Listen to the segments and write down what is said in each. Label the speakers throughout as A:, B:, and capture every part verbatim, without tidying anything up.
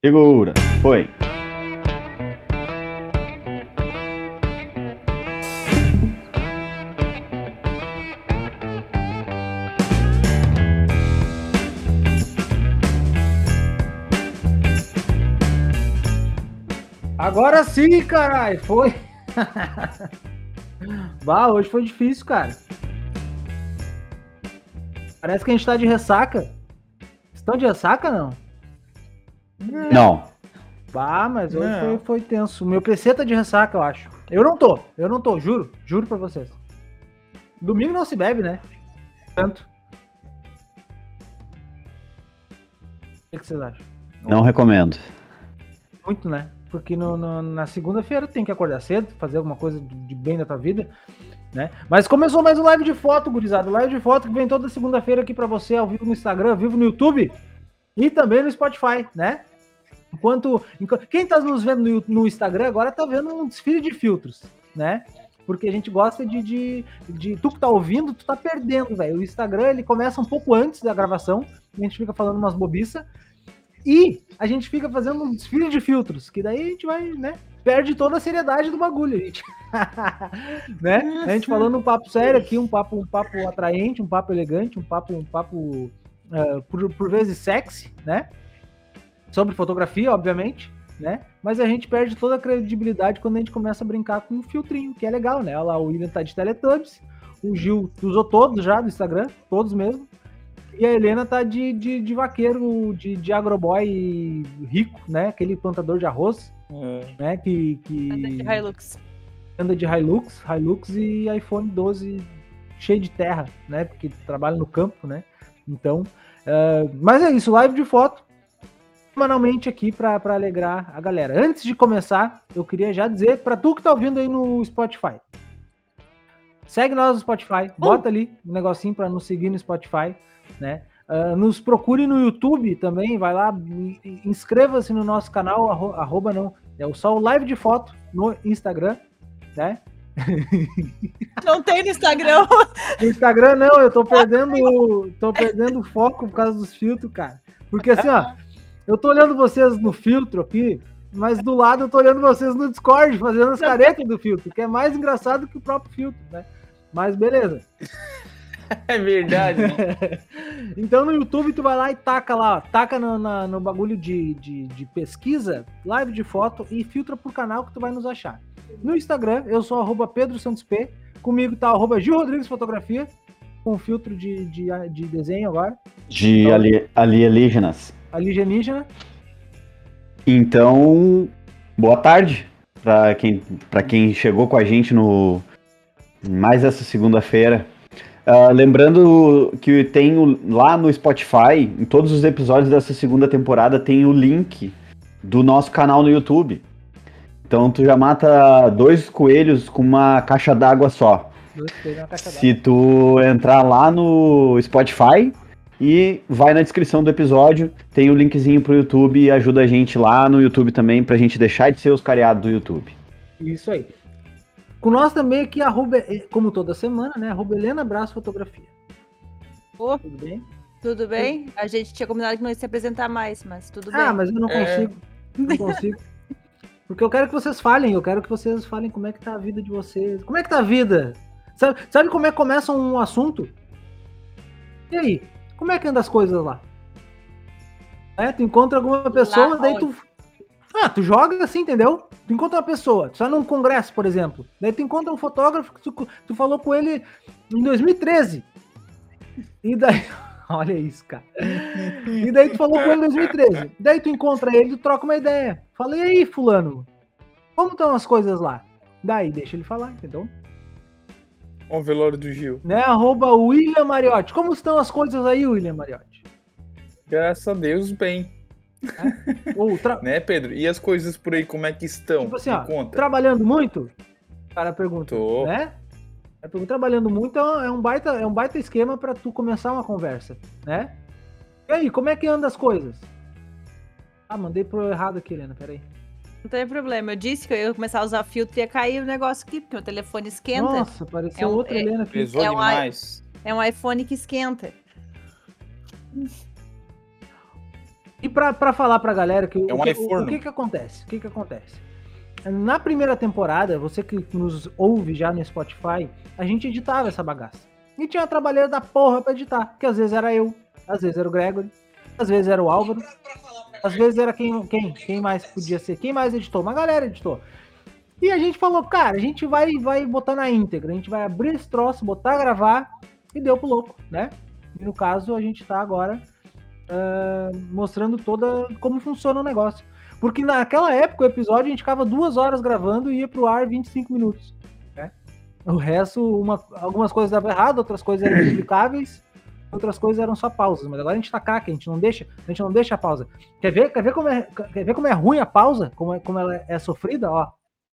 A: Segura, foi.
B: Agora sim, caralho, foi. Bah, hoje foi difícil, cara. Parece que a gente tá de ressaca. Estão de ressaca, não?
A: Não.
B: Bah, mas hoje
C: Não.
B: foi, foi tenso. O meu P C tá de ressaca, eu acho. Eu não tô, eu não tô, juro. Juro pra vocês. Domingo não se bebe, né? Tanto. O que, que vocês acham?
A: Não recomendo.
B: Muito, né? Porque no, no- na segunda-feira tem que acordar cedo, fazer alguma coisa de, de bem da tua vida, né? Mas começou mais um live de foto, gurizada. Live de foto que vem toda segunda-feira aqui pra você, ao vivo no Instagram, ao vivo no YouTube e também no Spotify, né? Enquanto, enquanto quem tá nos vendo no, no Instagram agora tá vendo um desfile de filtros, né? Porque a gente gosta de, de, de... Tu que tá ouvindo, tu tá perdendo, velho. O Instagram, ele começa um pouco antes da gravação, a gente fica falando umas bobiças, e a gente fica fazendo um desfile de filtros, que daí a gente vai, né? Perde toda a seriedade do bagulho, gente. Né? A gente falando um papo sério aqui, um papo, um papo atraente, um papo elegante, um papo, um papo uh, por, por vezes sexy, né? Sobre fotografia, obviamente, né? Mas a gente perde toda a credibilidade quando a gente começa a brincar com um filtrinho, que é legal, né? Olha lá, o William tá de Teletubbies, o Gil usou todos já do Instagram, todos mesmo. E a Helena tá de, de, de vaqueiro, de, de agroboy rico, né? Aquele plantador de arroz,
C: É.
B: né? Que, que
D: Anda de Hilux.
B: anda de Hilux, Hilux e iPhone doze cheio de terra, né? Porque trabalha no campo, né? Então, uh, mas é isso, live de foto, semanalmente aqui para alegrar a galera. Antes de começar, eu queria já dizer para tu que tá ouvindo aí no Spotify, segue nós no Spotify, bota ali um negocinho para nos seguir no Spotify, né? Uh, nos procure no YouTube também, vai lá, inscreva-se no nosso canal, arro, arroba não, é só o live de foto no Instagram, né?
D: Não tem no Instagram.
B: No Instagram não, eu tô perdendo, tô perdendo foco por causa dos filtros, cara. Porque assim, ó, eu tô olhando vocês no filtro aqui, mas do lado eu tô olhando vocês no Discord, fazendo as caretas do filtro, que é mais engraçado que o próprio filtro, né? Mas beleza.
C: É verdade, né?
B: Então no YouTube tu vai lá e taca lá, ó, taca no, na- no bagulho de, de, de pesquisa, live de foto e filtra por canal que tu vai nos achar. No Instagram, eu sou arroba Pedro Santos P, comigo tá arroba Gil Rodrigues Fotografia, com filtro de, de, de desenho agora,
A: De ali, alienígenas.
B: alienígena.
A: Então, boa tarde para quem, para quem chegou com a gente no mais essa segunda-feira. Ah, lembrando que tem o- lá no Spotify, em todos os episódios dessa segunda temporada, tem o link do nosso canal no YouTube. Então tu já mata dois coelhos com uma caixa d'água só.
B: Dois coelhos na caixa d'água.
A: Se tu entrar lá no Spotify e vai na descrição do episódio, tem o linkzinho pro YouTube e ajuda a gente lá no YouTube também pra gente deixar de ser os cariados do YouTube.
B: Isso aí. Com nós também aqui, arroba, como toda semana, né? Arroba Helena Braço Fotografia.
D: Ô,
B: Tudo bem?
D: tudo bem? A gente tinha combinado que não ia se apresentar mais, mas tudo
B: Ah,
D: bem.
B: mas eu não
C: É.
B: consigo. Não consigo. Porque eu quero que vocês falem, eu quero que vocês falem como é que tá a vida de vocês. Como é que tá a vida? Sabe, sabe como é que começa um assunto? E aí? Como é que anda as coisas lá? É, tu encontra alguma pessoa,
D: Lá
B: daí tu. Ah, tu joga assim, entendeu? Tu encontra uma pessoa, tu sai num congresso, por exemplo. Daí tu encontra um fotógrafo que tu, tu falou com ele em dois mil e treze. E daí. Olha isso, cara. E daí tu falou com ele em dois mil e treze. Daí tu encontra ele, tu troca uma ideia. Fala, e aí, fulano? Como estão as coisas lá? Daí deixa ele falar, entendeu?
C: O velório do Gil.
B: Né? Arroba William Mariotti. Como estão as coisas aí, William Mariotti?
C: Graças a Deus, bem.
B: Ou tra...
C: Né, Pedro? E as coisas por aí, como é que estão?
B: Tipo assim,
C: Me
B: ó,
C: conta.
B: trabalhando muito? O cara pergunta,
C: Tô.
B: né? É porque trabalhando muito é um baita, é um baita esquema pra tu começar uma conversa, né? E aí, como é que anda as coisas? Ah, mandei pro errado aqui, Helena, peraí.
D: Não tem problema. Eu disse que eu ia começar a usar filtro e ia cair o negócio aqui, porque o telefone esquenta.
B: Nossa, apareceu
D: É um-
B: outra
D: é-
B: Helena aqui.
C: Pesou
D: É um
C: demais.
D: É um iPhone que esquenta.
B: E pra, pra falar pra galera que,
C: É um
B: o, que, o,
C: iForno.
B: o que que acontece? O que que acontece? Na primeira temporada, você que nos ouve já no Spotify, a gente editava essa bagaça. E tinha uma trabalheira da porra pra editar, que às vezes era eu, às vezes era o Gregory, às vezes era o Álvaro, às vezes era quem, quem, quem mais podia ser, quem mais editou, uma galera editou. E a gente falou, cara, a gente vai, vai botar na íntegra, a gente vai abrir esse troço, botar, gravar, e deu pro louco, né? E no caso, a gente tá agora uh, mostrando toda como funciona o negócio. Porque naquela época, o episódio, a gente ficava duas horas gravando e ia pro ar vinte e cinco minutos, né? O resto, uma, algumas coisas davam errado, outras coisas eram publicáveis, outras coisas eram só pausas. Mas agora a gente tá craque, a gente não deixa, a gente não deixa a pausa. Quer ver, quer ver, como, é, quer ver como é ruim a pausa? Como, é, como ela é sofrida? Ó.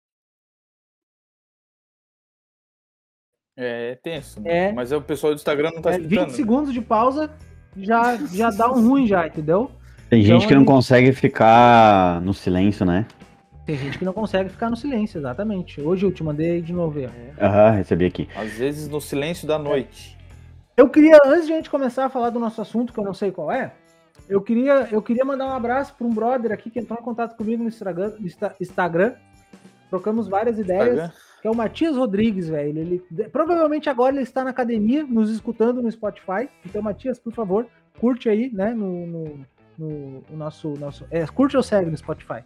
C: É, é tenso.
B: É.
C: Mas o pessoal do Instagram não tá
B: É,
C: escutando.
B: vinte segundos de pausa já, já dá um ruim já, entendeu?
A: Tem
B: Então,
A: gente que não
B: a gente-
A: consegue ficar no silêncio, né?
B: Tem gente que não consegue ficar no silêncio, exatamente. Hoje eu te mandei de novo. Ó.
A: Aham, recebi aqui.
C: Às vezes no silêncio da noite.
B: Eu queria, antes de a gente começar a falar do nosso assunto, que eu não sei qual é, eu queria, eu queria mandar um abraço para um brother aqui que entrou em contato comigo no Instagram. Insta- Instagram. Trocamos várias ideias.
C: Instagram.
B: Que é o Matias Rodrigues, velho. Ele, provavelmente agora ele está na academia, nos escutando no Spotify. Então, Matias, por favor, curte aí, né, no, no, no- o nosso... nosso é, curte ou segue no Spotify?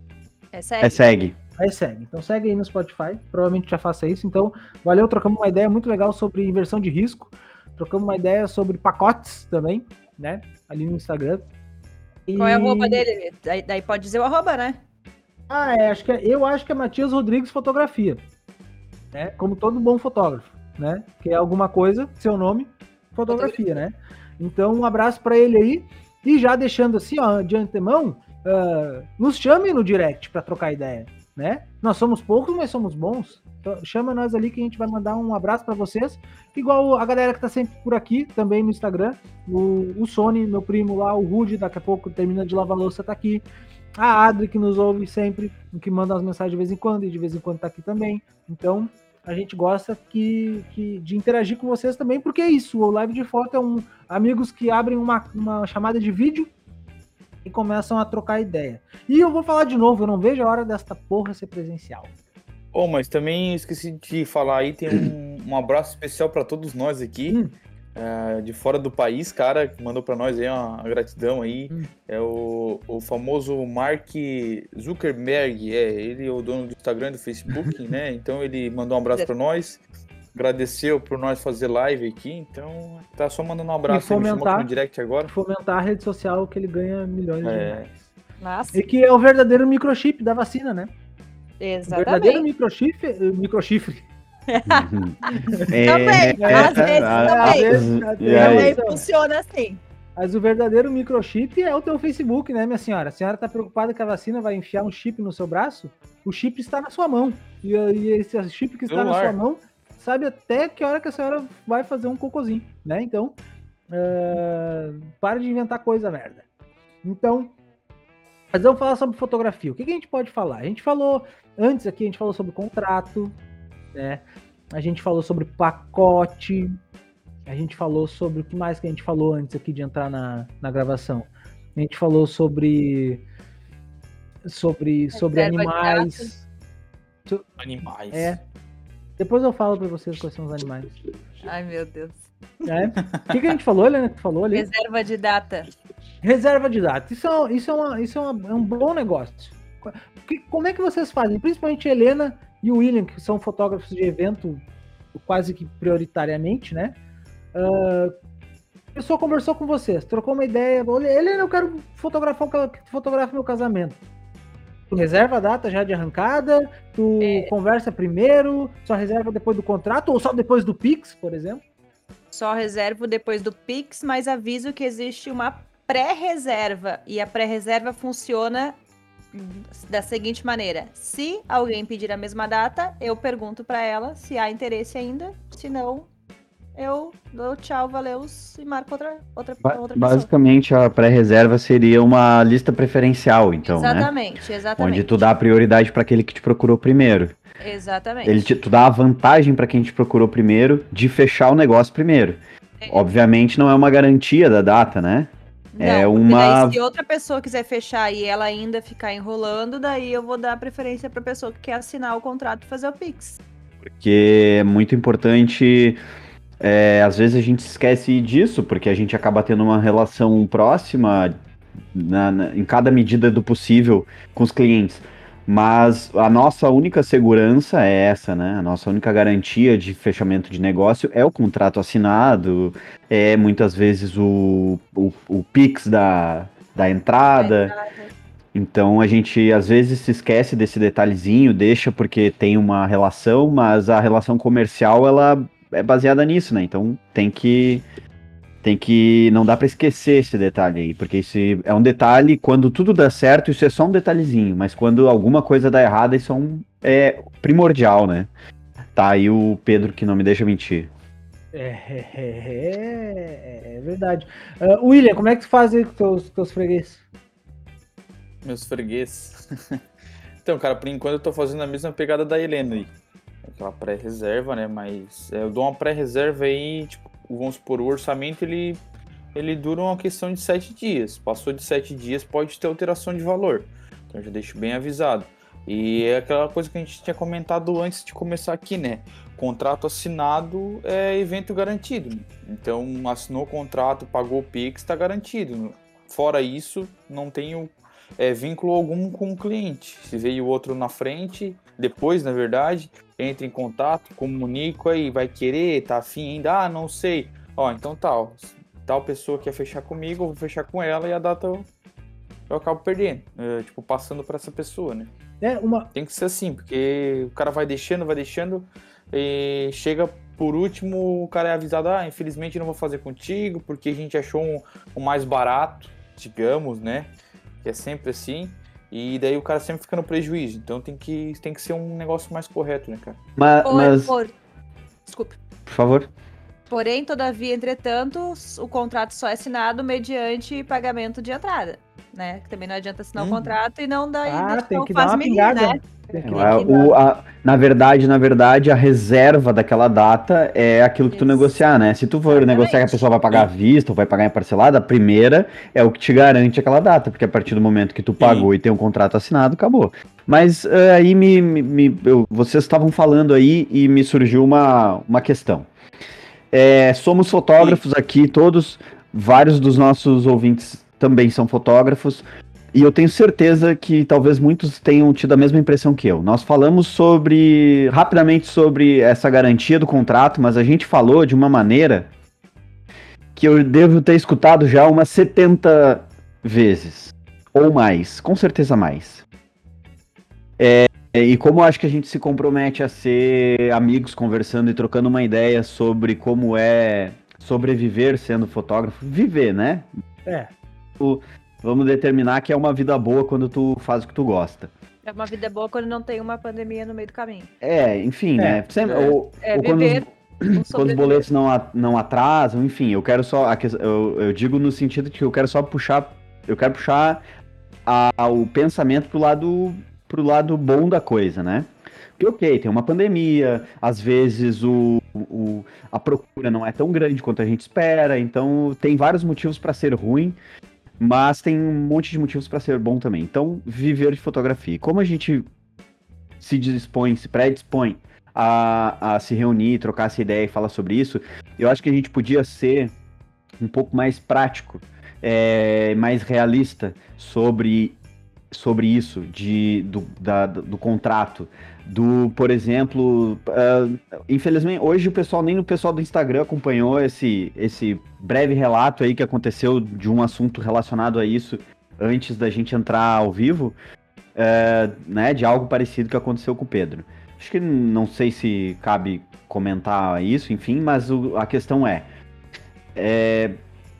D: É sério.
A: É, segue.
B: Aí segue. Então segue aí no Spotify. Provavelmente já faça isso. Então, valeu. Trocamos uma ideia muito legal sobre inversão de risco. Trocamos uma ideia sobre pacotes também, né? Ali no Instagram. E...
D: Qual é o arroba dele? Daí, daí pode dizer o arroba, né?
B: Ah, é. Acho que é, eu acho que é Matias Rodrigues Fotografia. Né? Como todo bom fotógrafo, né? Que é alguma coisa, seu nome, fotografia, né? Então, um abraço para ele aí. E já deixando assim, ó, de antemão, uh, nos chame no direct para trocar ideia, né? Nós somos poucos, mas somos bons. Então, chama nós ali que a gente vai mandar um abraço para vocês. Igual a galera que tá sempre por aqui, também no Instagram. O, o Sony, meu primo lá, o Rude, daqui a pouco termina de lavar a louça, tá aqui. A Adri, que nos ouve sempre, que manda as mensagens de vez em quando, e de vez em quando tá aqui também. Então, a gente gosta que, que, de interagir com vocês também, porque é isso, o Live de Foto é um amigos que abrem uma, uma chamada de vídeo e começam a trocar ideia. E eu vou falar de novo, eu não vejo a hora desta porra ser presencial.
C: Oh, mas também esqueci de falar aí, tem um, um abraço especial para todos nós aqui,
B: Hum.
C: é, de fora do país, cara, que mandou para nós aí uma gratidão aí.
B: Hum.
C: É o, o famoso Mark Zuckerberg, é, ele é o dono do Instagram e do Facebook, né? Então ele mandou um abraço para nós, agradeceu por nós fazer live aqui, então tá só mandando um abraço,
B: E
C: aí, me chamou
B: fomentar.
C: aqui no direct agora.
B: Fomentar a rede social que ele ganha milhões de
C: É.
B: reais.
D: Nossa,
B: E que é o verdadeiro microchip da vacina, né? O verdadeiro
D: exatamente.
B: microchifre, eh, microchifre.
A: Uhum.
D: Também, às vezes
A: ah,
D: também.
B: vezes,
A: e
B: até
A: aí?
D: Também
B: mas,
D: funciona assim.
B: mas o verdadeiro microchip é o teu Facebook, né, minha senhora? A senhora tá preocupada que a vacina vai enfiar um chip no seu braço? O chip está na sua mão. E, e esse chip que está na
C: Celular.
B: sua mão sabe até que hora que a senhora vai fazer um cocôzinho, né? Então, é, para de inventar coisa merda. Então, mas vamos falar sobre fotografia. O que, que a gente pode falar? A gente falou, antes aqui, a gente falou sobre contrato, né? A gente falou sobre pacote, a gente falou sobre o que mais que a gente falou antes aqui de entrar na, na gravação. A gente falou sobre sobre, sobre
D: Reserva de
B: animais.
C: Animais.
B: É. Depois eu falo pra vocês quais são os animais.
D: Ai, meu Deus.
B: É. O que, que a gente falou, Helena? Que falou ali?
D: Reserva de data.
B: Reserva de dados. Isso, é, isso, é, uma, isso é, uma, é um bom negócio. Que, como é que vocês fazem? Principalmente a Helena e o William, que são fotógrafos de evento quase que prioritariamente, né? Uh, a pessoa conversou com vocês, trocou uma ideia. Olha, Helena, eu quero fotografar o que fotografa meu casamento. Tu reserva a data já de arrancada? Tu
D: É.
B: conversa primeiro? Só reserva depois do contrato? Ou só depois do Pix, por exemplo?
D: Só reservo depois do Pix, mas aviso que existe uma pré-reserva. E a pré-reserva funciona da seguinte maneira: se alguém pedir a mesma data, eu pergunto para ela se há interesse ainda. Se não, eu dou tchau, valeus e marco outra, outra,
A: Ba-
D: outra pessoa.
A: Basicamente, a pré-reserva seria uma lista preferencial, então, né?
D: Exatamente, exatamente.
A: Onde tu dá a prioridade para aquele que te procurou primeiro.
D: Exatamente.
A: Ele te, tu dá a vantagem para quem te procurou primeiro de fechar o negócio primeiro.
D: É.
A: Obviamente não é uma garantia da data, né?
D: Não,
A: É
D: porque
A: uma-
D: daí se outra pessoa quiser fechar e ela ainda ficar enrolando, daí eu vou dar preferência pra pessoa que quer assinar o contrato e fazer o Pix.
A: Porque é muito importante. É, às vezes a gente esquece disso, porque a gente acaba tendo uma relação próxima na- na- em cada medida do possível com os clientes. Mas a nossa única segurança é essa, né? A nossa única garantia de fechamento de negócio é o contrato assinado, é muitas vezes o, o, o Pix da, da entrada. Então a gente às vezes se esquece desse detalhezinho, deixa porque tem uma relação, mas a relação comercial ela é baseada nisso, né? Então tem que tem que não dá pra esquecer esse detalhe aí, porque esse é um detalhe quando tudo dá certo, isso é só um detalhezinho, mas quando alguma coisa dá errada, isso é, um, é primordial, né? Tá aí o Pedro que não me deixa mentir.
B: É, é, é, é verdade. Uh, William, como é que tu faz aí com teus, teus freguês?
C: Meus freguês. Então, cara, por enquanto eu tô fazendo a mesma pegada da Helena aí. Aquela pré-reserva, né? Mas é, eu dou uma pré-reserva aí, tipo, vamos supor, o orçamento ele, ele dura uma questão de sete dias. Passou de sete dias, pode ter alteração de valor. Então eu já deixo bem avisado. E é aquela coisa que a gente tinha comentado antes de começar aqui, né? Contrato assinado é evento garantido. Então assinou o contrato, pagou o Pix, tá garantido. Fora isso, não tenho é, vínculo algum com o cliente. Se veio outro na frente, depois, na verdade, entra em contato, comunico aí, vai querer, tá afim ainda? Ah, não sei. Ó, então tal, tal pessoa quer fechar comigo, eu vou fechar com ela e a data eu, eu acabo perdendo. É, tipo, passando para essa pessoa, né?
B: É uma.
C: Tem que ser assim, porque o cara vai deixando, vai deixando, e chega por último, o cara é avisado, ah, infelizmente não vou fazer contigo, porque a gente achou um, um mais barato, digamos, né? Que é sempre assim. E daí o cara sempre fica no prejuízo. Então tem que, tem que ser um negócio mais correto, né, cara?
A: Mas,
D: Por,
A: mas
D: por- Desculpe.
A: por favor.
D: Porém, todavia, entretanto, o contrato só é assinado mediante pagamento de entrada, né? Que também não adianta assinar
C: Uhum.
D: o contrato e não dar
B: Ah,
D: deixar
B: tem
D: o
B: que dar uma
D: faz-me rir,
B: pingada.
D: né?
B: Tem que
D: Tem
B: dar
A: É,
D: que-
A: o- a- na verdade, na verdade, a reserva daquela data é aquilo que tu
D: Isso.
A: negociar, né? Se tu for
D: Exatamente.
A: negociar que a pessoa vai pagar à vista ou vai pagar em parcelada, a primeira é o que te garante aquela data, porque a partir do momento que tu pagou e tem um contrato assinado, acabou. Mas eh, aí me, me- me- eu- vocês estavam falando aí e me surgiu uma, uma questão. É, somos fotógrafos aqui, todos, vários dos nossos ouvintes também são fotógrafos. E eu tenho certeza que talvez muitos tenham tido a mesma impressão que eu. Nós falamos sobre, rapidamente sobre essa garantia do contrato, mas a gente falou de uma maneira que eu devo ter escutado já umas setenta vezes. Ou mais, com certeza mais. É, e como eu acho que a gente se compromete a ser amigos conversando e trocando uma ideia sobre como é sobreviver sendo fotógrafo, viver, né?
B: É.
A: Vamos determinar que é uma vida boa quando tu faz o que tu gosta.
D: É uma vida boa quando não tem uma pandemia no meio do caminho.
A: É, enfim,
B: É,
A: né? Sempre,
C: é.
A: ou,
D: É
A: ou quando,
D: viver
A: os,
D: ou
A: quando os
D: sobreviver.
A: boletos não, a- não atrasam, enfim, eu quero só. a que- Eu, eu digo no sentido de que eu quero só puxar. Eu quero puxar a- o pensamento pro lado, pro lado bom da coisa, né? Porque, ok, tem uma pandemia, às vezes o, o- a procura não é tão grande quanto a gente espera, então tem vários motivos para ser ruim. Mas tem um monte de motivos para ser bom também. Então, viver de fotografia. E como a gente se dispõe, se predispõe a, a se reunir, trocar essa ideia e falar sobre isso, eu acho que a gente podia ser um pouco mais prático, é, mais realista sobre, sobre isso, de, do, da- do contrato. Do, por exemplo, ah, infelizmente, hoje o pessoal, nem o pessoal do Instagram acompanhou esse, esse breve relato aí que aconteceu de um assunto relacionado a isso antes da gente entrar ao vivo, é, né, de algo parecido que aconteceu com o Pedro. Acho que não sei se cabe comentar isso, enfim, mas o- a questão é, é,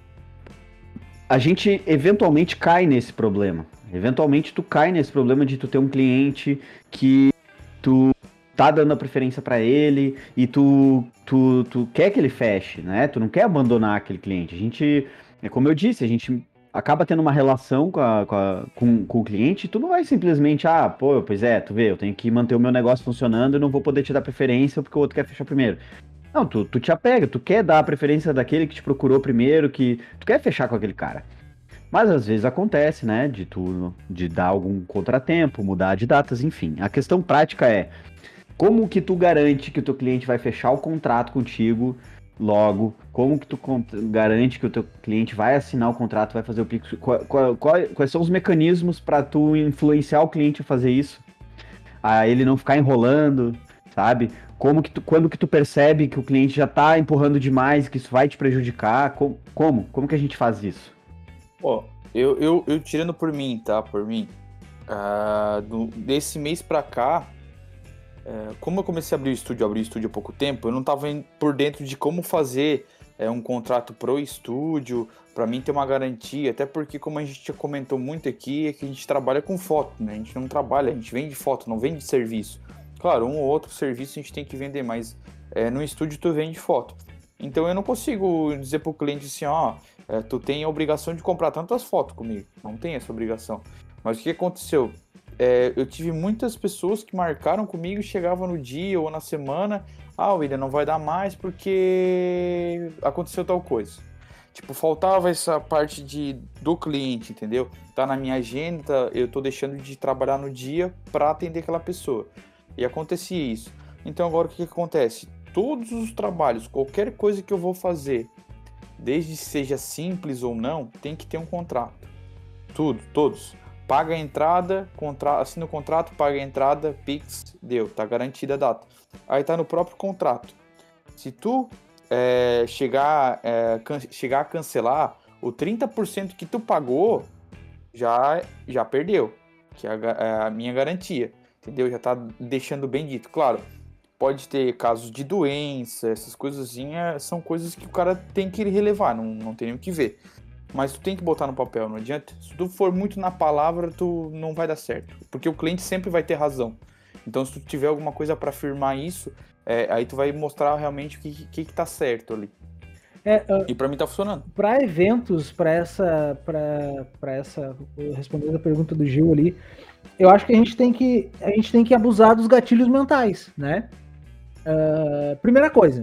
A: a gente eventualmente cai nesse problema. Eventualmente tu cai nesse problema de tu ter um cliente que tu tá dando a preferência para ele e tu, tu, tu quer que ele feche, né? Tu não quer abandonar aquele cliente. A gente, é como eu disse, a gente acaba tendo uma relação com, a, com, a, com, com o cliente e tu não vai simplesmente, ah, pô, pois é, tu vê, eu tenho que manter o meu negócio funcionando e não vou poder te dar preferência porque o outro quer fechar primeiro. Não, tu, tu te apega, tu quer dar a preferência daquele que te procurou primeiro, que tu quer fechar com aquele cara. Mas às vezes acontece, né, de tu de dar algum contratempo, mudar de datas, enfim. A questão prática é como que tu garante que o teu cliente vai fechar o contrato contigo logo? Como que tu garante que o teu cliente vai assinar o contrato, vai fazer o Pix? Qual, qual, qual, quais são os mecanismos para tu influenciar o cliente a fazer isso? A ele não ficar enrolando, sabe? Como que tu, quando que tu percebe que o cliente já tá empurrando demais, que isso vai te prejudicar? Como? Como, como que a gente faz isso?
C: Ó, eu, eu, eu tirando por mim, tá? Por mim. Uh, do, desse mês pra cá, uh, como eu comecei a abrir o estúdio, abri o estúdio há pouco tempo, eu não tava por dentro de como fazer uh, um contrato pro estúdio, pra mim ter uma garantia, até porque, como a gente já comentou muito aqui, é que a gente trabalha com foto, né? A gente não trabalha, a gente vende foto, não vende serviço. Claro, um ou outro serviço a gente tem que vender, mas uh, no estúdio tu vende foto. Então eu não consigo dizer pro cliente assim, ó, É, tu tem a obrigação de comprar tantas fotos comigo. Não tem essa obrigação. Mas o que aconteceu? É, eu tive muitas pessoas que marcaram comigo, chegavam no dia ou na semana. Ah, William, não vai dar mais porque aconteceu tal coisa. Tipo, faltava essa parte de, do cliente, entendeu? Tá na minha agenda, eu tô deixando de trabalhar no dia para atender aquela pessoa. E acontecia isso. Então agora o que, que acontece? Todos os trabalhos, qualquer coisa que eu vou fazer, desde que seja simples ou não, tem que ter um contrato. Tudo, todos. Paga a entrada, contra... assina o contrato, paga a entrada, Pix, deu, tá garantida a data. Aí tá no próprio contrato. Se tu é, chegar, é, can... chegar a cancelar, o trinta por cento que tu pagou já, já perdeu, que é a, é a minha garantia, entendeu? Já tá deixando bem dito. Claro, pode ter casos de doença, essas coisazinhas são coisas que o cara tem que relevar, não, não tem nem o que ver. Mas tu tem que botar no papel, não adianta. Se tu for muito na palavra, tu não vai dar certo. Porque o cliente sempre vai ter razão. Então se tu tiver alguma coisa para afirmar isso, é, aí tu vai mostrar realmente o que, que, que tá certo ali. É, uh, e para mim tá funcionando.
B: Para eventos, para essa, para essa, respondendo a pergunta do Gil ali, eu acho que a gente tem que, a gente tem que abusar dos gatilhos mentais, né? Uh, primeira coisa,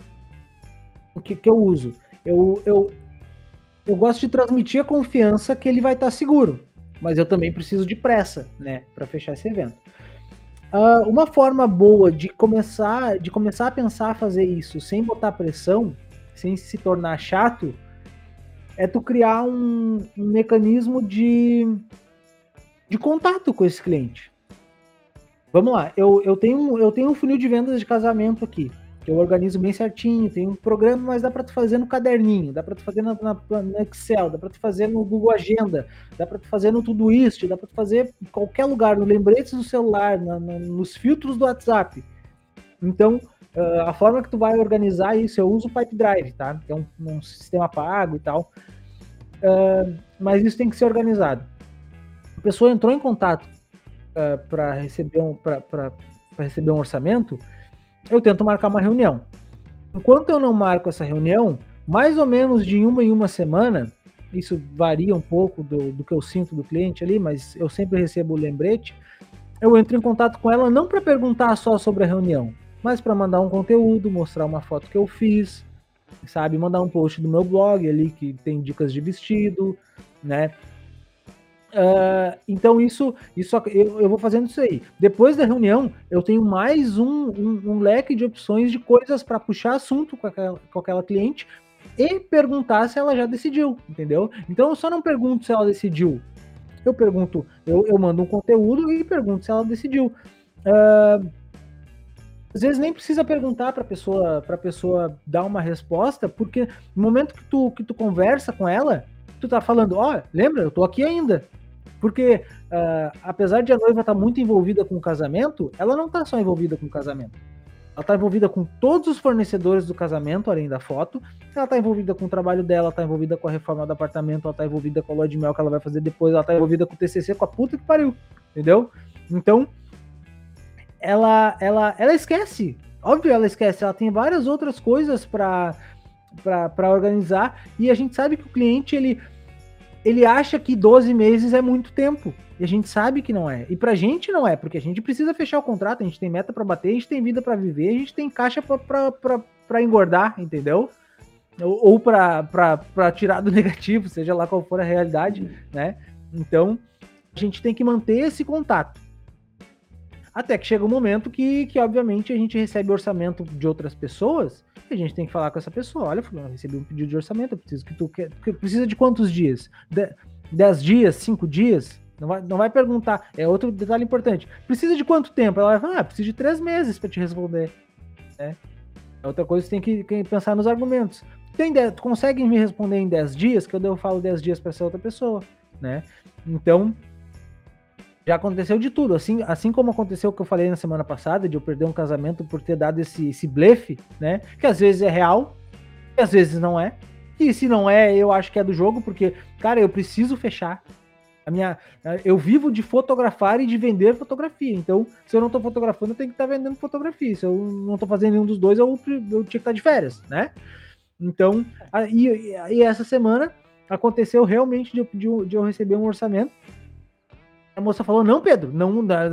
B: o que, que eu uso? Eu, eu, eu gosto de transmitir a confiança que ele vai estar seguro, mas eu também preciso de pressa, né, para fechar esse evento. Uh, uma forma boa de começar, de começar a pensar a fazer isso sem botar pressão, sem se tornar chato, é tu criar um, um mecanismo de, de contato com esse cliente. Vamos lá, eu, eu, tenho, eu tenho um funil de vendas de casamento aqui, que eu organizo bem certinho, tem um programa, mas dá para tu fazer no caderninho, dá para tu fazer na, na, no Excel, dá para tu fazer no Google Agenda, dá para tu fazer no Todoist, dá para tu fazer em qualquer lugar, no lembretes do celular, na, na, nos filtros do WhatsApp. Então, uh, a forma que tu vai organizar isso, eu uso o Pipedrive, tá? Que é um, um sistema pago e tal, uh, mas isso tem que ser organizado. A pessoa entrou em contato Uh, para receber, um, receber um orçamento, eu tento marcar uma reunião. Enquanto eu não marco essa reunião, mais ou menos de uma em uma semana, isso varia um pouco do, do que eu sinto do cliente ali, mas eu sempre recebo o lembrete, eu entro em contato com ela não para perguntar só sobre a reunião, mas para mandar um conteúdo, mostrar uma foto que eu fiz, sabe, mandar um post do meu blog ali que tem dicas de vestido, né? Uh, então isso, isso eu, eu vou fazendo isso aí. Depois da reunião, eu tenho mais um, um, um leque de opções de coisas para puxar assunto com aquela, com aquela cliente e perguntar se ela já decidiu, entendeu? Então eu só não pergunto se ela decidiu. Eu pergunto, eu, eu mando um conteúdo e pergunto se ela decidiu. Uh, às vezes nem precisa perguntar para pessoa, para pessoa dar uma resposta, porque no momento que tu, que tu conversa com ela, tu tá falando, ó, oh, lembra, eu tô aqui ainda. Porque, uh, apesar de a noiva estar muito envolvida com o casamento, ela não está só envolvida com o casamento. Ela está envolvida com todos os fornecedores do casamento, além da foto. Ela está envolvida com o trabalho dela, ela está envolvida com a reforma do apartamento, ela está envolvida com a lua de mel que ela vai fazer depois, ela está envolvida com o T C C, com a puta que pariu, entendeu? Então, ela, ela, ela esquece. Óbvio, ela esquece. Ela tem várias outras coisas para para organizar, e a gente sabe que o cliente, ele... ele acha que doze meses é muito tempo. E a gente sabe que não é. E pra gente não é, porque a gente precisa fechar o contrato, a gente tem meta pra bater, a gente tem vida pra viver, a gente tem caixa pra, pra, pra, pra engordar, entendeu? ou, ou para tirar do negativo, seja lá qual for a realidade, né? Então, a gente tem que manter esse contato. Até que chega um momento que, que, obviamente, a gente recebe orçamento de outras pessoas e a gente tem que falar com essa pessoa. Olha, eu recebi um pedido de orçamento, eu preciso que tu... Quer, precisa de quantos dias? De, dez dias? Cinco dias? Não vai, não vai perguntar. É outro detalhe importante. Precisa de quanto tempo? Ela vai falar, ah, precisa de três meses para te responder. Né? Outra coisa, você tem que, que pensar nos argumentos. Tem dez, tu consegue me responder em dez dias? Que eu, eu falo dez dias para essa outra pessoa. Né? Então... já aconteceu de tudo, assim, assim como aconteceu o que eu falei na semana passada, de eu perder um casamento por ter dado esse, esse blefe, né, que às vezes é real, e às vezes não é, e se não é, eu acho que é do jogo, porque, cara, eu preciso fechar, a minha, eu vivo de fotografar e de vender fotografia, então, se eu não tô fotografando, eu tenho que estar vendendo fotografia, se eu não tô fazendo nenhum dos dois, eu, eu tinha que estar de férias, né, então, e, e essa semana aconteceu realmente de, de, de eu receber um orçamento. A moça falou, não, Pedro, não dá.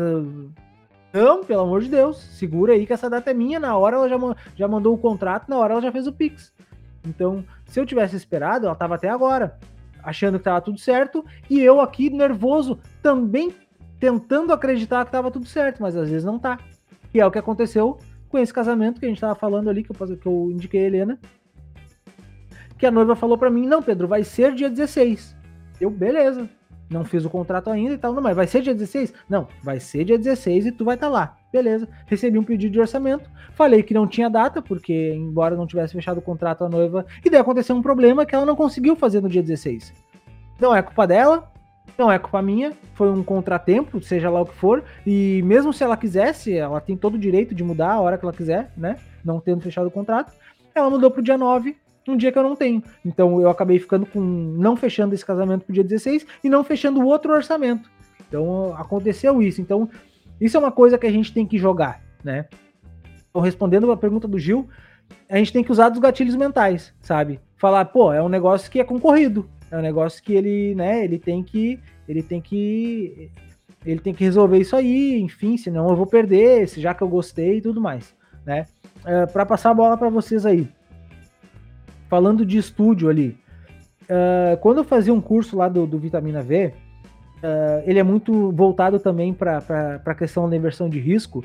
B: Não, pelo amor de Deus, segura aí que essa data é minha. Na hora ela já, já mandou o contrato, na hora ela já fez o Pix. Então, se eu tivesse esperado, ela tava até agora, achando que tava tudo certo, e eu aqui nervoso, também tentando acreditar que tava tudo certo, mas às vezes não tá. E é o que aconteceu com esse casamento que a gente tava falando ali, que eu, que eu indiquei a Helena, que a noiva falou pra mim, não, Pedro, vai ser dia dezesseis. Eu, beleza. Não fiz o contrato ainda e tal, não, mas vai ser dia dezesseis? Não, vai ser dia dezesseis e tu vai estar tá lá. Beleza. Recebi um pedido de orçamento, falei que não tinha data, porque embora não tivesse fechado o contrato a noiva, e daí aconteceu um problema que ela não conseguiu fazer no dia dezesseis. Não é culpa dela, não é culpa minha, foi um contratempo, seja lá o que for, e mesmo se ela quisesse, ela tem todo o direito de mudar a hora que ela quiser, né, não tendo fechado o contrato, ela mudou pro dia nove, um dia que eu não tenho. Então eu acabei ficando com, não fechando esse casamento pro dia dezesseis e não fechando o outro orçamento. Então aconteceu isso. Então isso é uma coisa que a gente tem que jogar, né? Então, respondendo a pergunta do Gil, a gente tem que usar dos gatilhos mentais, sabe? Falar, pô, é um negócio que é concorrido, é um negócio que ele, né, ele tem que, ele tem que, ele tem que resolver isso aí, enfim, senão eu vou perder, já que eu gostei e tudo mais, né? É, para passar a bola para vocês aí. Falando de estúdio ali, uh, quando eu fazia um curso lá do, do Vitamina V, uh, ele é muito voltado também para a questão da inversão de risco.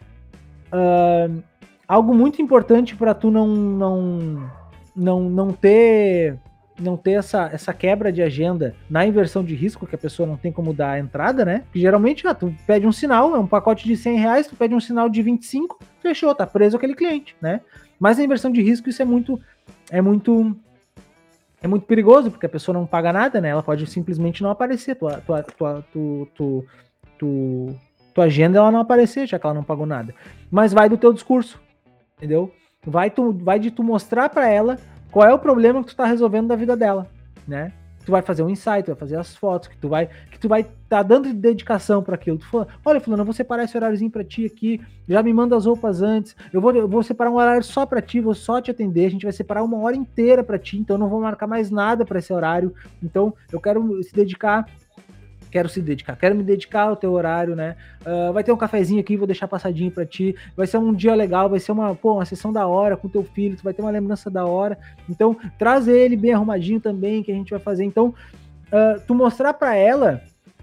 B: Uh, algo muito importante para tu não, não, não, não ter, não ter essa, essa quebra de agenda na inversão de risco, que a pessoa não tem como dar a entrada, né? Porque geralmente ah, tu pede um sinal, é um pacote de cem reais, tu pede um sinal de vinte e cinco, fechou, tá preso aquele cliente, né? Mas na inversão de risco isso é muito... É muito, é muito perigoso, porque a pessoa não paga nada, né? Ela pode simplesmente não aparecer. Tua, tua, tua, tu, tu, tu, tua agenda ela não aparecer, já que ela não pagou nada. Mas vai do teu discurso, entendeu? Vai, tu, vai de tu mostrar para ela qual é o problema que tu tá resolvendo da vida dela, né? Tu vai fazer um insight, tu vai fazer as fotos, que tu vai que tu vai tá dando dedicação para aquilo. Tu fala, olha, fulano, eu vou separar esse horáriozinho para ti aqui, já me manda as roupas antes, eu vou, eu vou separar um horário só para ti, vou só te atender, a gente vai separar uma hora inteira para ti, então eu não vou marcar mais nada para esse horário, então eu quero se dedicar, quero se dedicar, quero me dedicar ao teu horário, né? Uh, vai ter um cafezinho aqui, vou deixar passadinho para ti, vai ser um dia legal, vai ser uma, pô, uma sessão da hora com teu filho, tu vai ter uma lembrança da hora, então traz ele bem arrumadinho também, que a gente vai fazer, então uh, tu mostrar para ela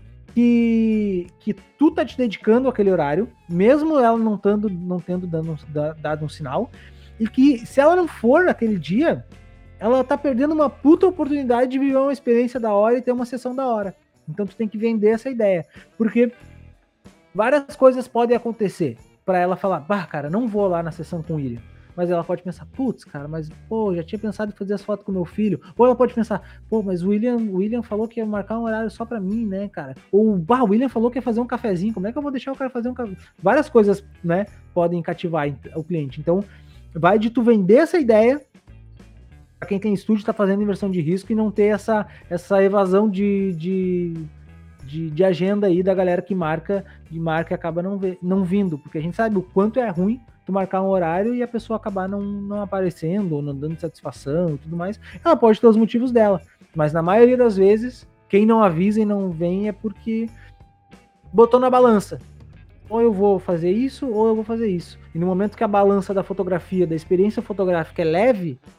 B: que, que tu tá te dedicando àquele horário, mesmo ela não, tando, não tendo dando, dado um sinal, e que se ela não for naquele dia, ela tá perdendo uma puta oportunidade de viver uma experiência da hora e ter uma sessão da hora. Então tu tem que vender essa ideia, porque várias coisas podem acontecer para ela falar, bah, cara, não vou lá na sessão com o William. Mas ela pode pensar, putz, cara, mas, pô, já tinha pensado em fazer as fotos com meu filho. Ou ela pode pensar, pô, mas o William, o William falou que ia marcar um horário só pra mim, né, cara? Ou, bah, o William falou que ia fazer um cafezinho, como é que eu vou deixar o cara fazer um café? Várias coisas, né, podem cativar o cliente. Então, vai de tu vender essa ideia pra quem tem estúdio, tá fazendo inversão de risco e não ter essa, essa evasão de, de, de, de agenda aí da galera que marca, de marca e acaba não, não vindo, porque a gente sabe o quanto é ruim tu marcar um horário e a pessoa acabar não, não aparecendo ou não dando satisfação e tudo mais. Ela pode ter os motivos dela, mas na maioria das vezes, quem não avisa e não vem é porque botou na balança. Ou eu vou fazer isso, ou eu vou fazer isso. E no momento que a balança da fotografia, da experiência fotográfica é leve,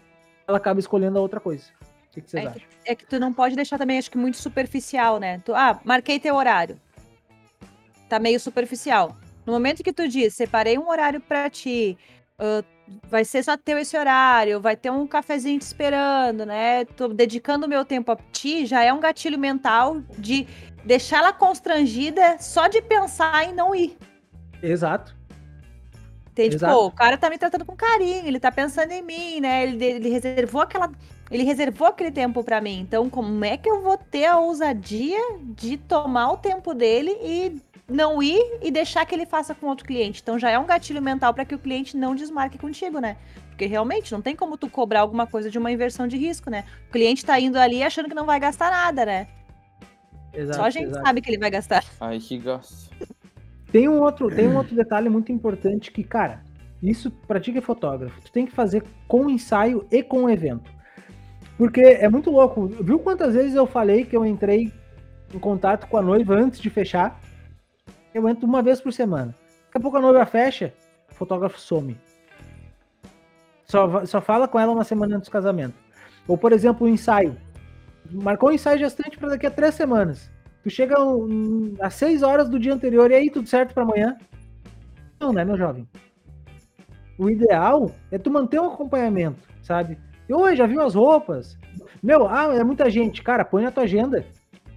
B: ela acaba escolhendo a outra coisa. O que, que vocês
D: É
B: acham?
D: que, é que tu não pode deixar também, acho que muito superficial, né? Tu, ah, marquei teu horário. Tá meio superficial. No momento que tu diz, separei um horário pra ti, uh, vai ser só teu esse horário, vai ter um cafezinho te esperando, né? Tô dedicando o meu tempo a ti, já é um gatilho mental de deixar ela constrangida só de pensar em não ir.
B: Exato.
D: Entende?
B: Exato.
D: Pô, o cara tá me tratando com carinho, ele tá pensando em mim, né? Ele, ele reservou aquela. Ele reservou aquele tempo pra mim. Então, como é que eu vou ter a ousadia de tomar o tempo dele e não ir e deixar que ele faça com outro cliente? Então já é um gatilho mental pra que o cliente não desmarque contigo, né? Porque realmente não tem como tu cobrar alguma coisa de uma inversão de risco, né? O cliente tá indo ali achando que não vai gastar nada, né?
B: Exato,
D: Só a gente
B: exato.
D: sabe que ele vai gastar.
C: Ai, que gasto.
B: Tem um outro, tem um outro detalhe muito importante que, cara, isso pra ti que é fotógrafo, tu tem que fazer com ensaio e com evento. Porque é muito louco. Viu quantas vezes eu falei que eu entrei em contato com a noiva antes de fechar? Eu entro uma vez por semana. Daqui a pouco a noiva fecha, o fotógrafo some. Só, só fala com ela uma semana antes do casamento. Ou, por exemplo, o ensaio. Marcou o ensaio gestante para daqui a três semanas. Tu chega um, às seis horas do dia anterior e aí tudo certo para amanhã? Não, né, meu jovem? O ideal é tu manter um acompanhamento, sabe? E hoje já viu as roupas? Meu, ah, é muita gente. Cara, põe na tua agenda.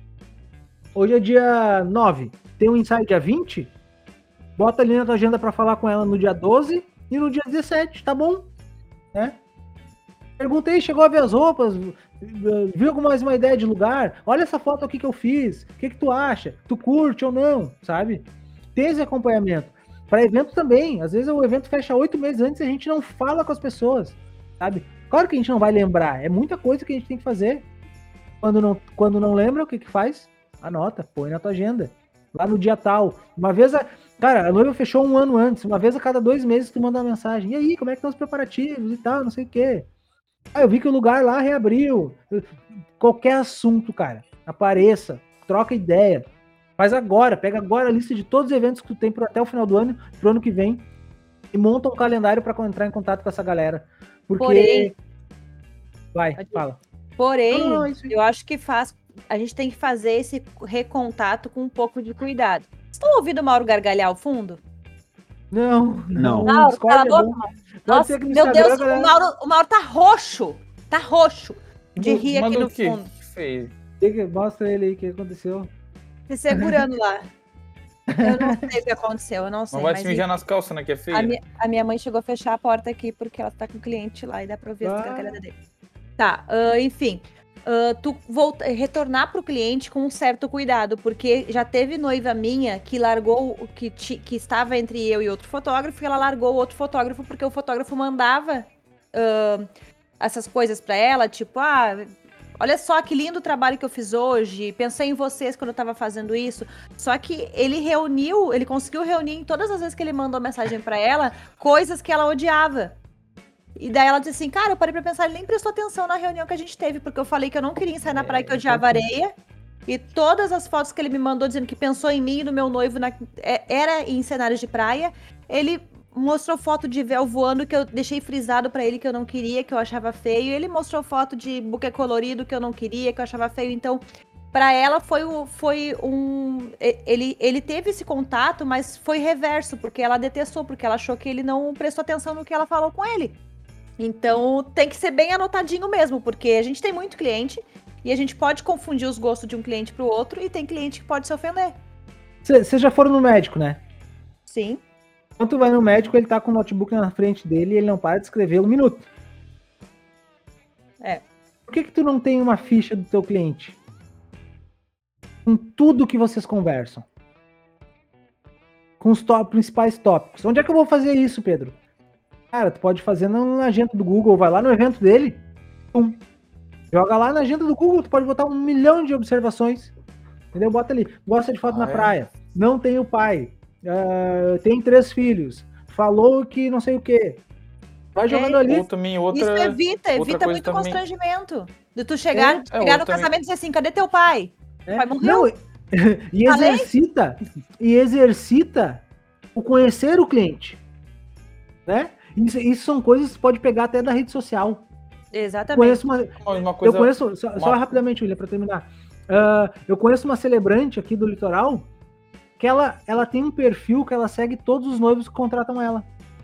B: Hoje é dia nove. Tem um ensaio dia vinte? Bota ali na tua agenda para falar com ela no dia doze e no dia dezessete, tá bom? Né? Perguntei, chegou a ver as roupas, viu alguma mais uma ideia de lugar? Olha essa foto aqui que eu fiz. O que que tu acha? Tu curte ou não? Sabe? Ter esse acompanhamento. Para evento também. Às vezes o evento fecha oito meses antes e a gente não fala com as pessoas, sabe? Claro que a gente não vai lembrar. É muita coisa que a gente tem que fazer. Quando não, quando não lembra, o que que faz? Anota, põe na tua agenda. Lá no dia tal. Uma vez, a, cara, a noiva fechou um ano antes. Uma vez a cada dois meses tu manda uma mensagem. E aí, como é que estão os preparativos e tal, não sei o quê. Ah, eu vi que o lugar lá reabriu. Qualquer assunto, cara. Apareça. Troca ideia. Faz agora. Pega agora a lista de todos os eventos que tu tem pro, até o final do ano, pro ano que vem. E monta um calendário para entrar em contato com essa galera. Porque...
D: Porém,
B: vai, fala.
D: Porém,
B: Não, não, isso-
D: eu acho que faz. A gente tem que fazer esse recontato com um pouco de cuidado. Vocês estão ouvindo o Mauro gargalhar ao fundo?
B: Não,
A: Não.
B: O
D: Mauro,
B: Discord
D: cala a
B: é
D: boca,
B: bom.
D: Mauro.
B: Pode
D: Nossa,
B: ser que no
D: meu
B: Instagram,
D: Deus,
B: galera,
D: o Mauro, o Mauro tá roxo. Tá roxo de rir aqui
C: Manda
D: no
C: o quê?
D: fundo.
C: Que fez?
B: diga- Mostra ele aí o que aconteceu.
D: Se segurando lá. Eu não sei o que aconteceu, eu não sei.
C: Não vai
D: mas
C: te mijar nas calças, né? Que é feio.
D: a, minha, a minha mãe chegou a fechar a porta aqui porque ela tá com o cliente lá e dá pra ouvir
B: Ah.
D: as gargalhadas dele. Tá, ah, enfim. ah, tu volta, retornar pro cliente com um certo cuidado, porque já teve noiva minha que largou, o- que, ti- que estava entre eu e outro fotógrafo, e ela largou o outro fotógrafo porque o fotógrafo mandava ah, essas coisas pra ela, tipo, ah, olha só que lindo o trabalho que eu fiz hoje, pensei em vocês quando eu tava fazendo isso. Só que ele reuniu, ele conseguiu reunir em todas as vezes que ele mandou mensagem pra ela, coisas que ela odiava. E daí ela disse assim, cara, eu parei pra pensar, ele nem prestou atenção na reunião que a gente teve, porque eu falei que eu não queria ensaiar na praia, que eu odiava areia. E todas as fotos que ele me mandou dizendo que pensou em mim e no meu noivo na- é- era em cenários de praia. Ele mostrou foto de véu voando que eu deixei frisado pra ele que eu não queria, que eu achava feio. Ele mostrou foto de buquê colorido que eu não queria, que eu achava feio. Então, pra ela foi, o- foi um... e- Ele, ele teve esse contato, mas foi reverso, porque ela detestou, porque ela achou que ele não prestou atenção no que ela falou com ele. Então, tem que ser bem anotadinho mesmo, porque a gente tem muito cliente e a gente pode confundir os gostos de um cliente pro outro e tem cliente que pode se ofender.
B: Vocês já foram no médico, né?
D: Sim.
B: Quando tu vai no médico, ele tá com o notebook na frente dele e ele não para de escrever um minuto.
D: É.
B: Por que que tu não tem uma ficha do teu cliente? Com tudo que vocês conversam. Com os top, principais tópicos. Onde é que eu vou fazer isso, Pedro? Cara, tu pode fazer na agenda do Google, vai lá no evento dele, pum, joga lá na agenda do Google, tu pode botar um milhão de observações, entendeu? Bota ali, gosta de foto
C: Ah,
B: na
C: é?
B: praia, não tem o pai, ah, tem três filhos, falou que não sei o quê. Vai jogando
D: É,
B: ali.
C: Ou também outra.
D: Isso evita,
C: outra
D: evita
C: coisa
D: muito
C: também-
D: constrangimento. De tu chegar,
B: É,
D: de
C: é,
D: chegar
C: ou
D: no
C: também-
D: casamento e dizer assim, cadê teu pai?
B: né?
D: Pai morreu?
B: Não, e exercita, e exercita o conhecer o cliente, né? Isso, isso são coisas que você pode pegar até da rede social.
D: Exatamente.
B: Conheço uma,
C: Uma coisa,
B: eu conheço, só,
C: uma-
B: só rapidamente, William, para terminar. Ah, eu conheço uma celebrante aqui do litoral que ela, ela tem um perfil que ela segue todos os noivos que contratam ela.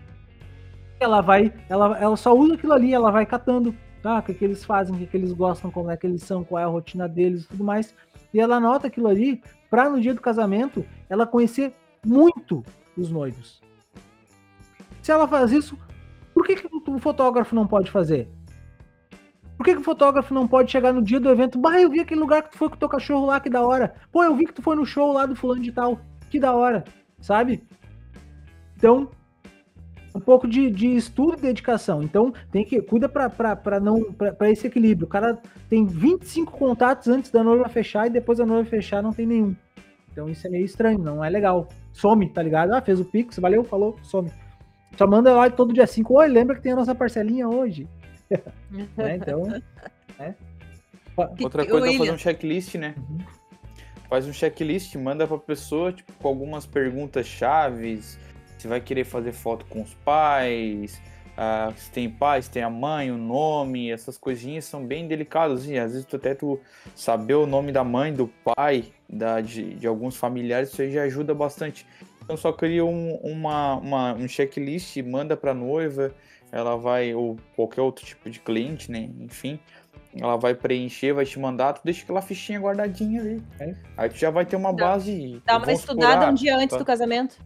B: Ela vai, ela, ela só usa aquilo ali, ela vai catando, tá? O que, que eles fazem, o que, que eles gostam, como é que eles são, qual é a rotina deles e tudo mais. E ela anota aquilo ali pra no dia do casamento ela conhecer muito os noivos. Se ela faz isso, por que, que o fotógrafo não pode fazer? Por que, que o fotógrafo não pode chegar no dia do evento? Bah, eu vi aquele lugar que tu foi com o teu cachorro lá, que da hora. Pô, eu vi que tu foi no show lá do fulano de tal, que da hora, sabe? Então, um pouco de, de estudo e dedicação. Então, tem que cuida pra, pra, pra não para esse equilíbrio. O cara tem vinte e cinco contatos antes da noiva fechar e depois da noiva fechar não tem nenhum. Então, isso é meio estranho, não é legal. Some, tá ligado? Ah, fez o Pix, valeu, falou, some. Só manda lá todo dia cinco. Oi, lembra que tem a nossa parcelinha hoje? Né? Então, né?
C: Outra coisa é fazer um checklist, né? Uhum. Faz um checklist, manda pra pessoa, tipo, com algumas perguntas chaves. Se vai querer fazer foto com os pais, uh, se tem pai, se tem a mãe, o nome, essas coisinhas são bem delicadas. E às vezes tu até tu saber o nome da mãe, do pai, da, de, de alguns familiares, isso aí já ajuda bastante. Então só cria um, uma, uma, um checklist, manda pra noiva, ela vai, ou qualquer outro tipo de cliente, né? Enfim, ela vai preencher, vai te mandar, tu deixa aquela fichinha guardadinha ali. Né? Aí tu já vai ter uma
D: Dá,
C: base.
D: Dá uma estudada
C: supor,
D: um dia antes
C: tá?
D: do casamento.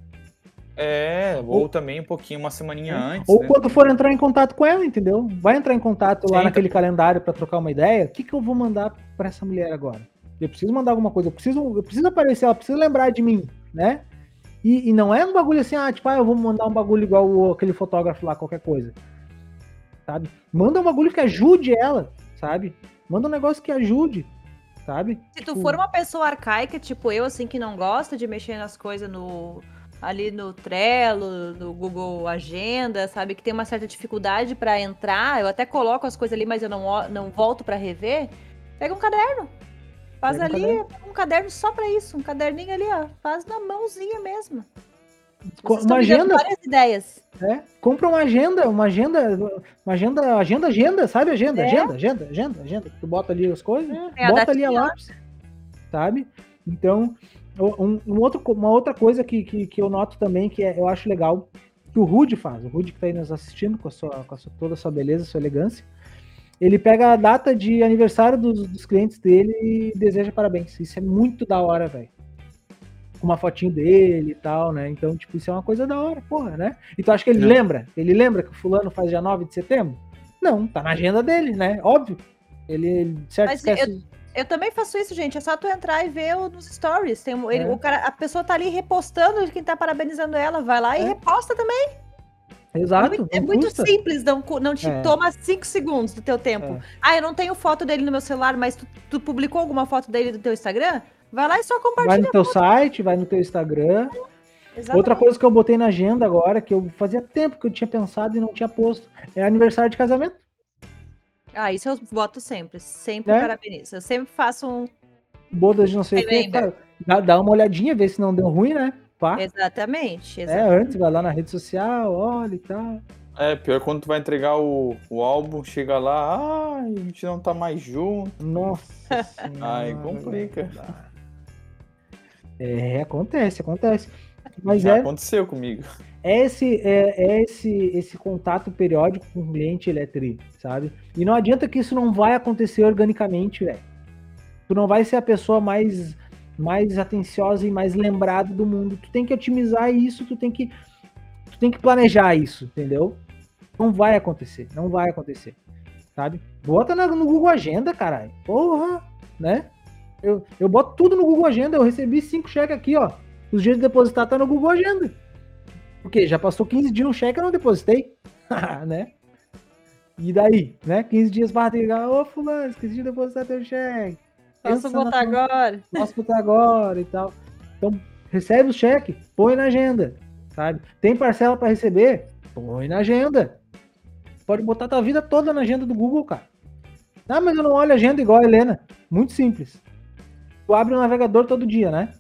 C: É, ou, ou também um pouquinho, uma semaninha é. antes.
B: Ou
C: né?
B: quando for entrar em contato com ela, entendeu? Vai entrar em contato lá
C: Sim,
B: naquele
C: tá.
B: calendário para trocar uma ideia. O que, que eu vou mandar para essa mulher agora? Eu preciso mandar alguma coisa, eu preciso, eu preciso aparecer, ela precisa lembrar de mim, né? E, e não é um bagulho assim, ah, tipo, ah, eu vou mandar um bagulho igual o, aquele fotógrafo lá, qualquer coisa. Sabe? Manda um bagulho que ajude ela, sabe? Manda um negócio que ajude, sabe?
D: Se
B: tipo...
D: tu for uma pessoa arcaica, tipo eu, assim, que não gosta de mexer nas coisas no... ali no Trello, no Google Agenda, sabe? Que tem uma certa dificuldade pra entrar. Eu até coloco as coisas ali, mas eu não, não volto pra rever. Pega um caderno. Faz
B: Pega um
D: ali
B: caderno.
D: um caderno só pra isso. Um caderninho ali, ó. Faz na mãozinha mesmo.
B: Vocês uma agenda.
D: Várias ideias.
B: É, compra uma agenda, uma agenda, uma agenda, agenda, agenda, sabe? Agenda, é. agenda, agenda, agenda, agenda. Tu bota ali as coisas, é, bota ali a lápis, sabe? Então, um, um outro, uma outra coisa que, que, que eu noto também, que é, eu acho legal, que o Rude faz, o Rude que tá aí nos assistindo, com, a sua, com a sua, toda a sua beleza, sua elegância, ele pega a data de aniversário dos, dos clientes dele e deseja parabéns. Isso é muito da hora, velho. Com uma fotinho dele e tal, né? Então, tipo, isso é uma coisa da hora, porra, né? Então, acho que ele Não. lembra. Ele lembra que o fulano faz dia nove de setembro? Não, tá na agenda dele, né? Óbvio. Ele, ele certo,
D: Mas
B: esquece...
D: eu, eu também faço isso, gente. É só tu entrar e ver nos stories. Tem, ele, é. o cara, a pessoa tá ali repostando quem tá parabenizando ela. Vai lá é. e reposta também.
B: Exato.
D: É muito, é muito simples, não, não te é. toma cinco segundos do teu tempo. É. Ah, eu não tenho foto dele no meu celular, mas tu, tu publicou alguma foto dele do teu Instagram? Vai lá e só compartilha.
B: Vai no teu site, vai no teu Instagram. É, outra coisa que eu botei na agenda agora, que eu fazia tempo que eu tinha pensado e não tinha posto, é aniversário de casamento.
D: Ah, isso eu boto sempre. Sempre é? parabenizo. Eu sempre faço um...
B: Bodas de não sei o que. Dá, dá uma olhadinha, ver se não deu ruim, né? Pá.
D: Exatamente, exatamente.
B: É, antes vai lá na rede social, olha e tal.
C: É, pior quando tu vai entregar o, o álbum, chega lá, ah, a gente não tá mais junto.
B: Nossa senhora.
C: Aí complica.
B: É, acontece, acontece. Mas
C: Já
B: é,
C: aconteceu comigo.
B: É esse, é, é esse, esse contato periódico com o cliente eletri, sabe? E não adianta que isso não vai acontecer organicamente, velho. Tu não vai ser a pessoa mais, mais atenciosa e mais lembrada do mundo. Tu tem que otimizar isso, tu tem que, tu tem que planejar isso, entendeu? Não vai acontecer, não vai acontecer, sabe? Bota na, no Google Agenda, caralho. Porra, né? Eu, eu boto tudo no Google Agenda, eu recebi cinco cheques aqui, ó. Os dias de depositar tá no Google Agenda. Porque já passou quinze dias um cheque, eu não depositei. Né? E daí, né? quinze dias para ligar, ô fulano, esqueci de depositar teu cheque.
D: Posso botar agora?
B: Posso botar agora e tal. Então, recebe o cheque, põe na agenda, sabe? Tem parcela para receber? Põe na agenda. Pode botar tua vida toda na agenda do Google, cara. Ah, mas eu não olho a agenda igual a Helena. Muito simples. Tu abre o navegador todo dia, né?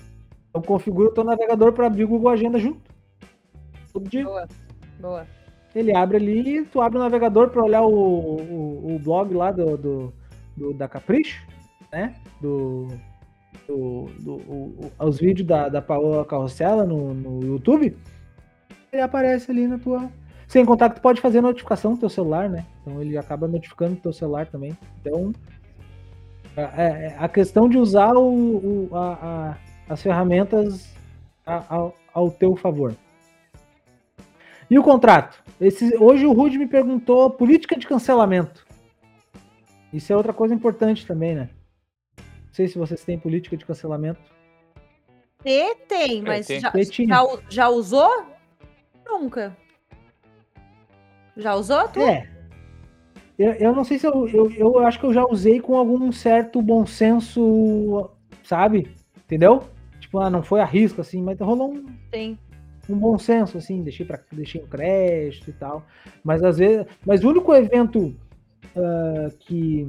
B: Eu configuro o teu navegador para abrir o Google Agenda junto. Todo dia.
D: Boa, boa.
B: ele abre ali, tu abre o navegador para olhar o, o, o blog lá do, do, do- da Capricho, né? Do, do, do- o- o- os vídeos da, da Paola Carrossela no, no YouTube, ele aparece ali na tua. Sem contar que tu pode fazer notificação no teu celular, né? Então ele acaba notificando o teu celular também. Então, a, é- a questão de usar o, o- a- a- as ferramentas a- ao, ao teu favor. E o contrato? Esse, hoje o Rude me perguntou política de cancelamento. Isso é outra coisa importante também, né? Não sei se vocês têm política de cancelamento.
D: E tem, mas
C: tem.
D: já,
B: E tinha.
D: já, u- já usou? Nunca. Já usou, tu?
B: É. Eu, eu não sei se eu, eu. Eu acho que eu já usei com algum certo bom senso, sabe? Entendeu? Tipo, ah, não foi a risco, assim, mas rolou um,
D: Sim.
B: um bom senso, assim, deixei, pra, deixei um crédito e tal. Mas às vezes. Mas o único evento ah, que.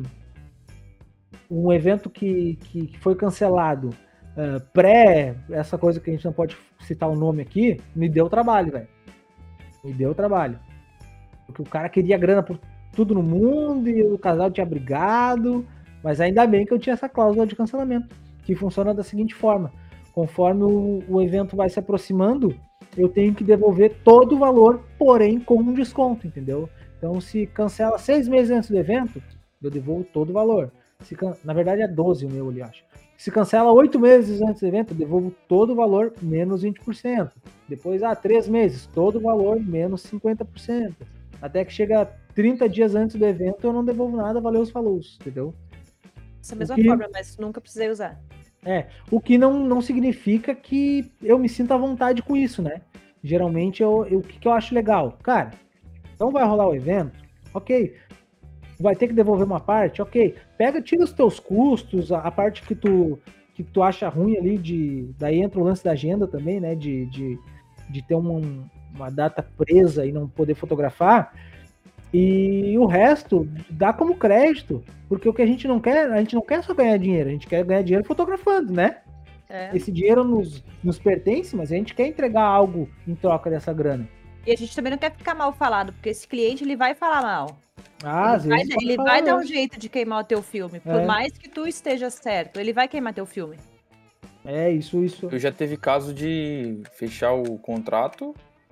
B: Um evento que, que, que foi cancelado ah, pré, essa coisa que a gente não pode citar o nome aqui, me deu trabalho, velho. Me deu trabalho. Porque o cara queria grana por tudo no mundo e o casal tinha brigado, mas ainda bem que eu tinha essa cláusula de cancelamento, que funciona da seguinte forma: conforme o, o evento vai se aproximando, eu tenho que devolver todo o valor, porém com um desconto, entendeu? Então, se cancela seis meses antes do evento, eu devolvo todo o valor. Se can... Na verdade, é doze o meu ali, acho. Se cancela oito meses antes do evento, eu devolvo todo o valor, menos vinte por cento. Depois, ah, três meses, todo o valor, menos cinquenta por cento. Até que chega trinta dias antes do evento, eu não devolvo nada, valeu os falou, entendeu?
D: Dessa mesma
B: que-
D: forma, mas nunca precisei usar.
B: É, o que não, não significa que eu me sinta à vontade com isso, né? Geralmente, eu, eu- o que, que eu acho legal? Cara, então vai rolar o evento, ok. Vai ter que devolver uma parte, ok. Pega, tira os teus custos, a, a parte que tu, que tu acha ruim ali, de, daí entra o lance da agenda também, né? De, de, de ter uma, uma data presa e não poder fotografar. E o resto dá como crédito, porque o que a gente não quer, a gente não quer só ganhar dinheiro, a gente quer ganhar dinheiro fotografando, né?
D: É.
B: Esse dinheiro nos, nos pertence, mas a gente quer entregar algo em troca dessa grana.
D: E a gente também não quer ficar mal falado, porque esse cliente ele vai falar mal.
B: Ah, às
D: ele vai,
B: vezes pode
D: ele
B: falar
D: vai dar um
B: mesmo.
D: jeito de queimar o teu filme. Por
B: É.
D: mais que tu esteja certo, ele vai queimar teu filme.
B: É, isso, isso.
C: Eu já teve caso de fechar o contrato,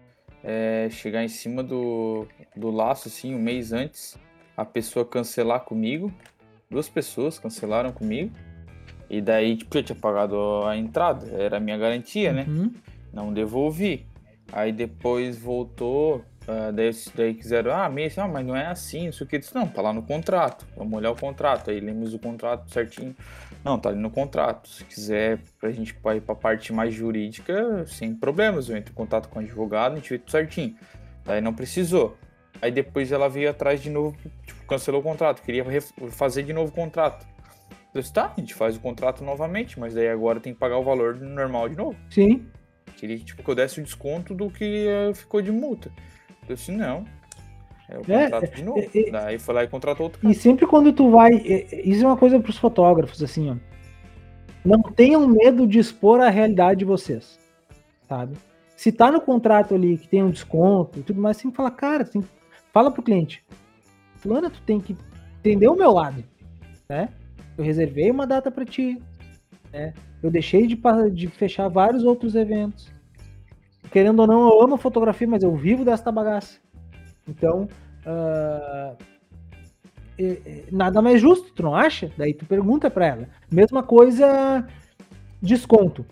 C: é, chegar em cima do, do laço, assim, um mês antes, a pessoa cancelar comigo. Duas pessoas cancelaram comigo. E daí, tipo, eu tinha pagado a entrada, era a minha garantia, né?
B: Uhum.
C: Não devolvi. Aí depois voltou, ah, daí, daí quiseram, ah, mês, ah, mas não é assim, isso que. Eu disse, não, tá lá no contrato, vamos olhar o contrato. Aí lemos o contrato certinho. Não, tá ali no contrato. Se quiser, pra gente ir pra parte mais jurídica, sem problemas, eu entro em contato com o advogado, a gente vê tudo certinho. Daí não precisou. Aí depois ela veio atrás de novo, tipo, cancelou o contrato, queria ref- fazer de novo o contrato. Eu disse, tá, a gente faz o contrato novamente, mas daí agora tem que pagar o valor normal de novo.
B: Sim.
C: Queria tipo, que eu desse o desconto do que eh, ficou de multa. Eu disse, não. É o
B: É,
C: contrato de novo.
B: é, é,
C: Daí foi lá e contratou outro cara.
B: E sempre quando tu vai. é, é, Isso é uma coisa pros fotógrafos, assim, ó. Não tenham medo de expor a realidade de vocês. Sabe? Se tá no contrato ali que tem um desconto e tudo mais, tem que falar, cara, tem... fala pro cliente. Fulana, tu tem que entender o meu lado. Né? Eu reservei uma data pra ti. Né? Eu deixei de, pa- de fechar vários outros eventos. Querendo ou não, eu amo fotografia, mas eu vivo desta bagaça. Então, ah, é- é nada mais justo, tu não acha? Daí tu pergunta pra ela. Mesma coisa, desconto.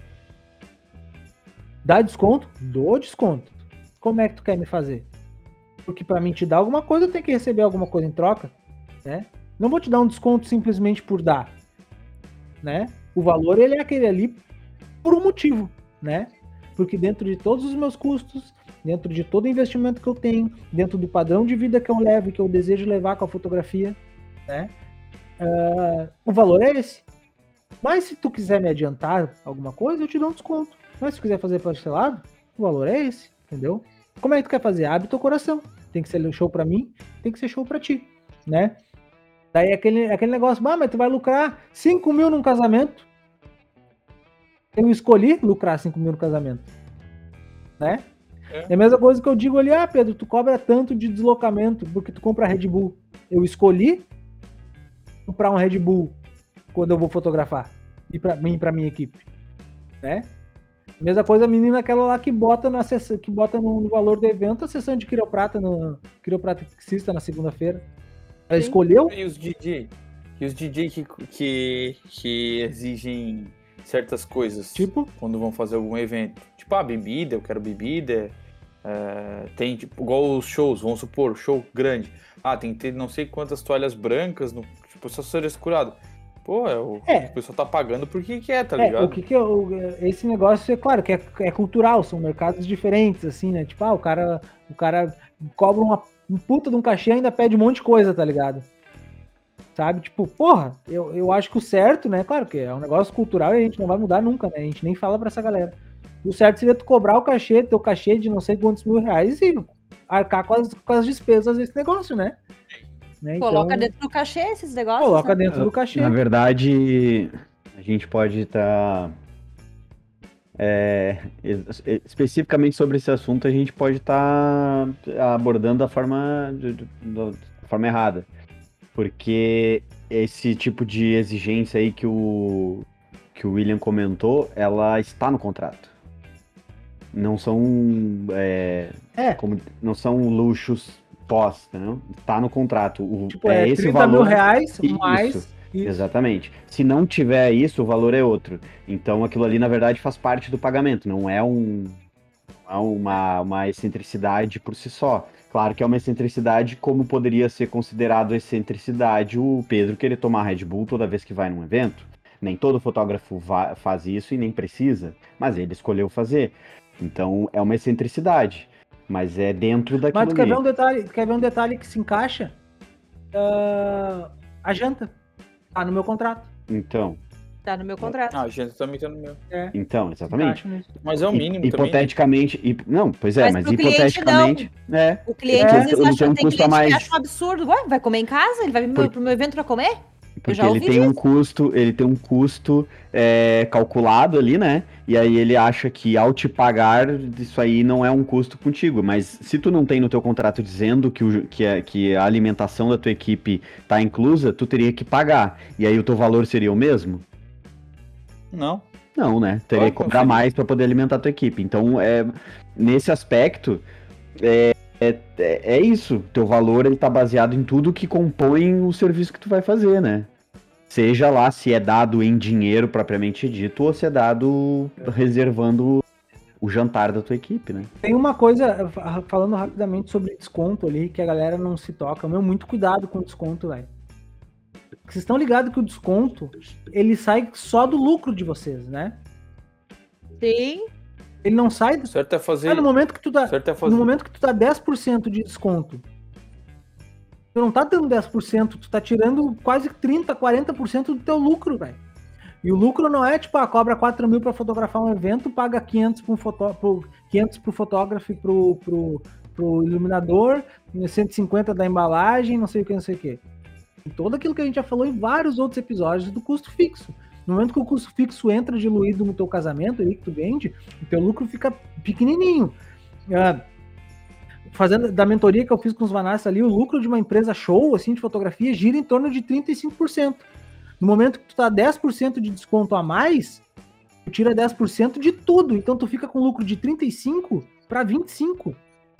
B: Dá desconto? Dou desconto. Como é que tu quer me fazer? Porque pra mim te dar alguma coisa, eu tenho que receber alguma coisa em troca, né? Não vou te dar um desconto simplesmente por dar, né? O valor, ele é aquele ali por um motivo, né? Porque dentro de todos os meus custos, dentro de todo o investimento que eu tenho, dentro do padrão de vida que eu levo e que eu desejo levar com a fotografia, né? Uh, o valor é esse. Mas se tu quiser me adiantar alguma coisa, eu te dou um desconto. Mas se tu quiser fazer parcelado, o valor é esse, entendeu? Como é que tu quer fazer? Abre teu coração. Tem que ser show pra mim, tem que ser show pra ti, né? Daí aquele, aquele negócio, ah, mas tu vai lucrar cinco mil num casamento. Eu escolhi lucrar cinco mil no casamento, né? É. é a mesma coisa que eu digo ali, ah, Pedro, tu cobra tanto de deslocamento porque tu compra Red Bull. Eu escolhi comprar um Red Bull quando eu vou fotografar e para mim, para minha equipe, né? Mesma coisa a menina aquela lá que bota na sessão, que bota no, no valor do evento a sessão de quiroprata no quiropraticista na segunda-feira. Ela Sim. escolheu?
C: E os D J, e os D J que, que, que exigem certas coisas,
B: tipo
C: quando vão fazer algum evento, tipo a ah, bebida, eu quero bebida, é, tem tipo igual os shows, vamos supor, show grande, ah, tem que ter não sei quantas toalhas brancas, no, tipo só ser escurado. Pô, é, o,
B: é.
C: o pessoal tá pagando porque que é, tá
B: é,
C: ligado?
B: O que que eu, esse negócio é claro que é, é cultural, são mercados diferentes, assim, né? Tipo, ah, o cara, o cara cobra uma um puta de um cachê e ainda pede um monte de coisa, tá ligado? Sabe? Tipo, porra, eu, eu acho que o certo, né? Claro que é um negócio cultural e a gente não vai mudar nunca, né? A gente nem fala pra essa galera. O certo seria tu cobrar o cachê, teu cachê de não sei quantos mil reais e arcar com as, com as despesas desse negócio, né? Né?
D: Coloca
B: então,
D: dentro do cachê esses negócios.
B: Coloca
D: né?
B: dentro do cachê.
A: Na verdade, a gente pode estar... Tá, é, especificamente sobre esse assunto, a gente pode estar tá abordando da forma, de, de, da forma errada. Porque esse tipo de exigência aí que o, que o William comentou, ela está no contrato. Não são, é,
B: é.
A: Como, não são luxos pós, né? Está no contrato. O,
B: tipo, é,
A: é esse
B: trinta
A: valor,
B: mil reais
A: isso,
B: mais... Isso.
A: Exatamente. Se não tiver isso, o valor é outro. Então aquilo ali, na verdade, faz parte do pagamento. Não é, um, não é uma, uma excentricidade por si só. Claro que é uma excentricidade, como poderia ser considerado excentricidade o Pedro querer tomar Red Bull toda vez que vai num evento. Nem todo fotógrafo va- faz isso e nem precisa, mas ele escolheu fazer. Então é uma excentricidade, mas é dentro daquilo
B: Mas tu quer
A: ali.
B: ver um detalhe, quer ver um detalhe que se encaixa? Uh, a janta tá no meu contrato.
A: Então.
D: Tá no meu contrato.
C: Ah, a janta também tá no meu.
B: É,
A: então, exatamente.
C: Mas é o mínimo
A: hipoteticamente,
C: também,
A: né? Não, pois é, mas,
D: mas
A: hipoteticamente,
D: não.
A: É,
D: o cliente
A: é,
D: às vezes acha,
A: um
D: tem
A: custo
D: cliente
A: mais...
D: que acha um absurdo. Ué, vai comer em casa? Ele vai vir Por... pro meu evento pra comer?
A: Porque ele tem um custo, ele tem um custo é, calculado ali, né? E aí ele acha que ao te pagar, isso aí não é um custo contigo. Mas se tu não tem no teu contrato dizendo que, o, que, a, que a alimentação da tua equipe tá inclusa, tu teria que pagar. E aí o teu valor seria o mesmo?
C: Não.
A: Não, né? Teria que cobrar mais para poder alimentar a tua equipe. Então, é, nesse aspecto, é, é, é isso. Teu valor ele tá baseado em tudo que compõe o serviço que tu vai fazer, né? Seja lá se é dado em dinheiro propriamente dito ou se é dado reservando o jantar da tua equipe, né?
B: Tem uma coisa, falando rapidamente sobre desconto ali, que a galera não se toca. Meu, muito cuidado com o desconto, velho. Vocês estão ligados que o desconto, ele sai só do lucro de vocês, né?
D: Sim.
B: Ele não sai... Do...
C: Certo é fazer...
B: Ah, no momento que tu dá,
C: certo é fazer...
B: no momento que tu dá dez por cento de desconto, tu não tá dando dez por cento, tu tá tirando quase trinta, quarenta por cento do teu lucro, velho. E o lucro não é tipo, ah, cobra quatro mil pra fotografar um evento, paga quinhentos pro, fotó... pro... quinhentos pro fotógrafo e pro, pro, pro iluminador, cento e cinquenta da embalagem, não sei o que, não sei o que. E todo aquilo que a gente já falou em vários outros episódios do custo fixo. No momento que o custo fixo entra diluído no teu casamento, aí que tu vende, o teu lucro fica pequenininho. Ah, fazendo da mentoria que eu fiz com os Vanassi ali, o lucro de uma empresa show, assim, de fotografia, gira em torno de trinta e cinco por cento. No momento que tu tá dez por cento de desconto a mais, tu tira dez por cento de tudo. Então tu fica com lucro de trinta e cinco para vinte e cinco.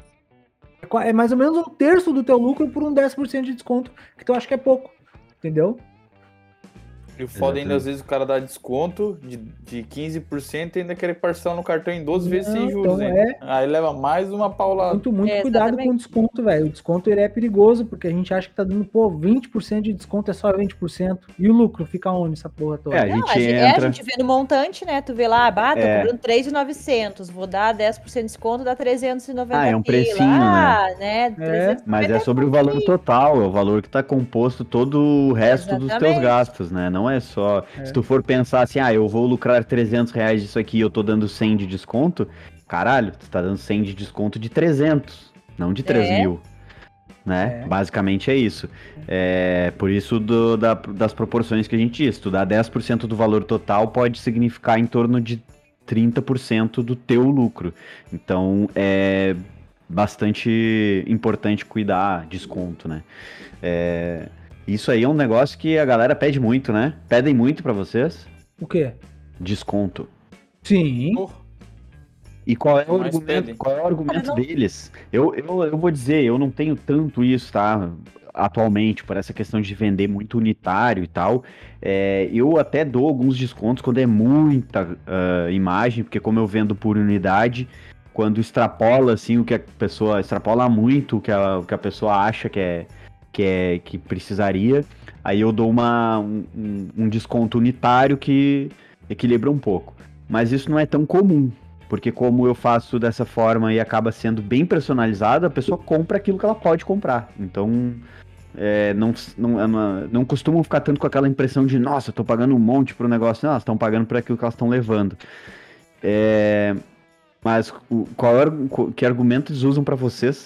B: É mais ou menos um terço do teu lucro por um dez por cento de desconto, que tu acha que é pouco, entendeu?
C: E o foda ainda, às vezes, o cara dá desconto de, de quinze por cento e ainda quer parcelar no cartão em doze vezes sem juros,
B: então
C: hein?
B: É...
C: Aí leva mais uma paulada.
B: Muito, muito
D: é,
B: cuidado com o desconto, velho. O desconto ele é perigoso, porque a gente acha que tá dando, pô, vinte por cento de desconto é só vinte por cento. E o lucro fica onde essa porra toda?
A: É, a
D: Não,
A: gente,
D: a gente,
A: entra...
D: é, a gente vê no montante, né? Tu vê lá, ah, tô
A: É.
D: cobrando três mil e novecentos, vou dar dez por cento de desconto, dá trezentos e noventa
A: Ah, é um
D: pila.
A: precinho,
D: ah, né?
B: É,
A: mas é sobre o valor total, é o valor que tá composto todo o resto
D: Exatamente.
A: dos teus gastos, né? Não é só...
B: É.
A: Se tu for pensar assim, ah, eu vou lucrar trezentos reais disso aqui e eu tô dando cem de desconto, caralho, tu tá dando cem de desconto de trezentos, não de três mil. Né?
B: É.
A: Basicamente é isso. É, por isso do, da, das proporções que a gente disse. Tu dá dez por cento do valor total pode significar em torno de trinta por cento do teu lucro. Então, é bastante importante cuidar desconto, né? É, isso aí é um negócio que a galera pede muito, né? Pedem muito pra vocês?
B: O quê?
A: Desconto.
B: Sim.
C: Porra,
A: E qual é o
C: Mais
A: argumento,
C: pedem.
A: qual é o argumento
D: Mas não-
A: deles? Eu, eu, eu vou dizer, eu não tenho tanto isso, tá? Atualmente, por essa questão de vender muito unitário e tal. É, eu até dou alguns descontos quando é muita ah, imagem, porque como eu vendo por unidade, quando extrapola assim o que a pessoa extrapola muito o que a, o que a pessoa acha que é que é que precisaria, aí eu dou uma, um, um- um desconto unitário que equilibra um pouco. Mas isso não é tão comum. Porque como eu faço dessa forma e acaba sendo bem personalizado, a pessoa compra aquilo que ela pode comprar. Então, é, não, não, é uma- não costumam ficar tanto com aquela impressão de, nossa, eu tô pagando um monte pro negócio. Não, elas estão pagando por aquilo que elas estão levando. É, mas o, qual é, o- que argumentos usam pra vocês?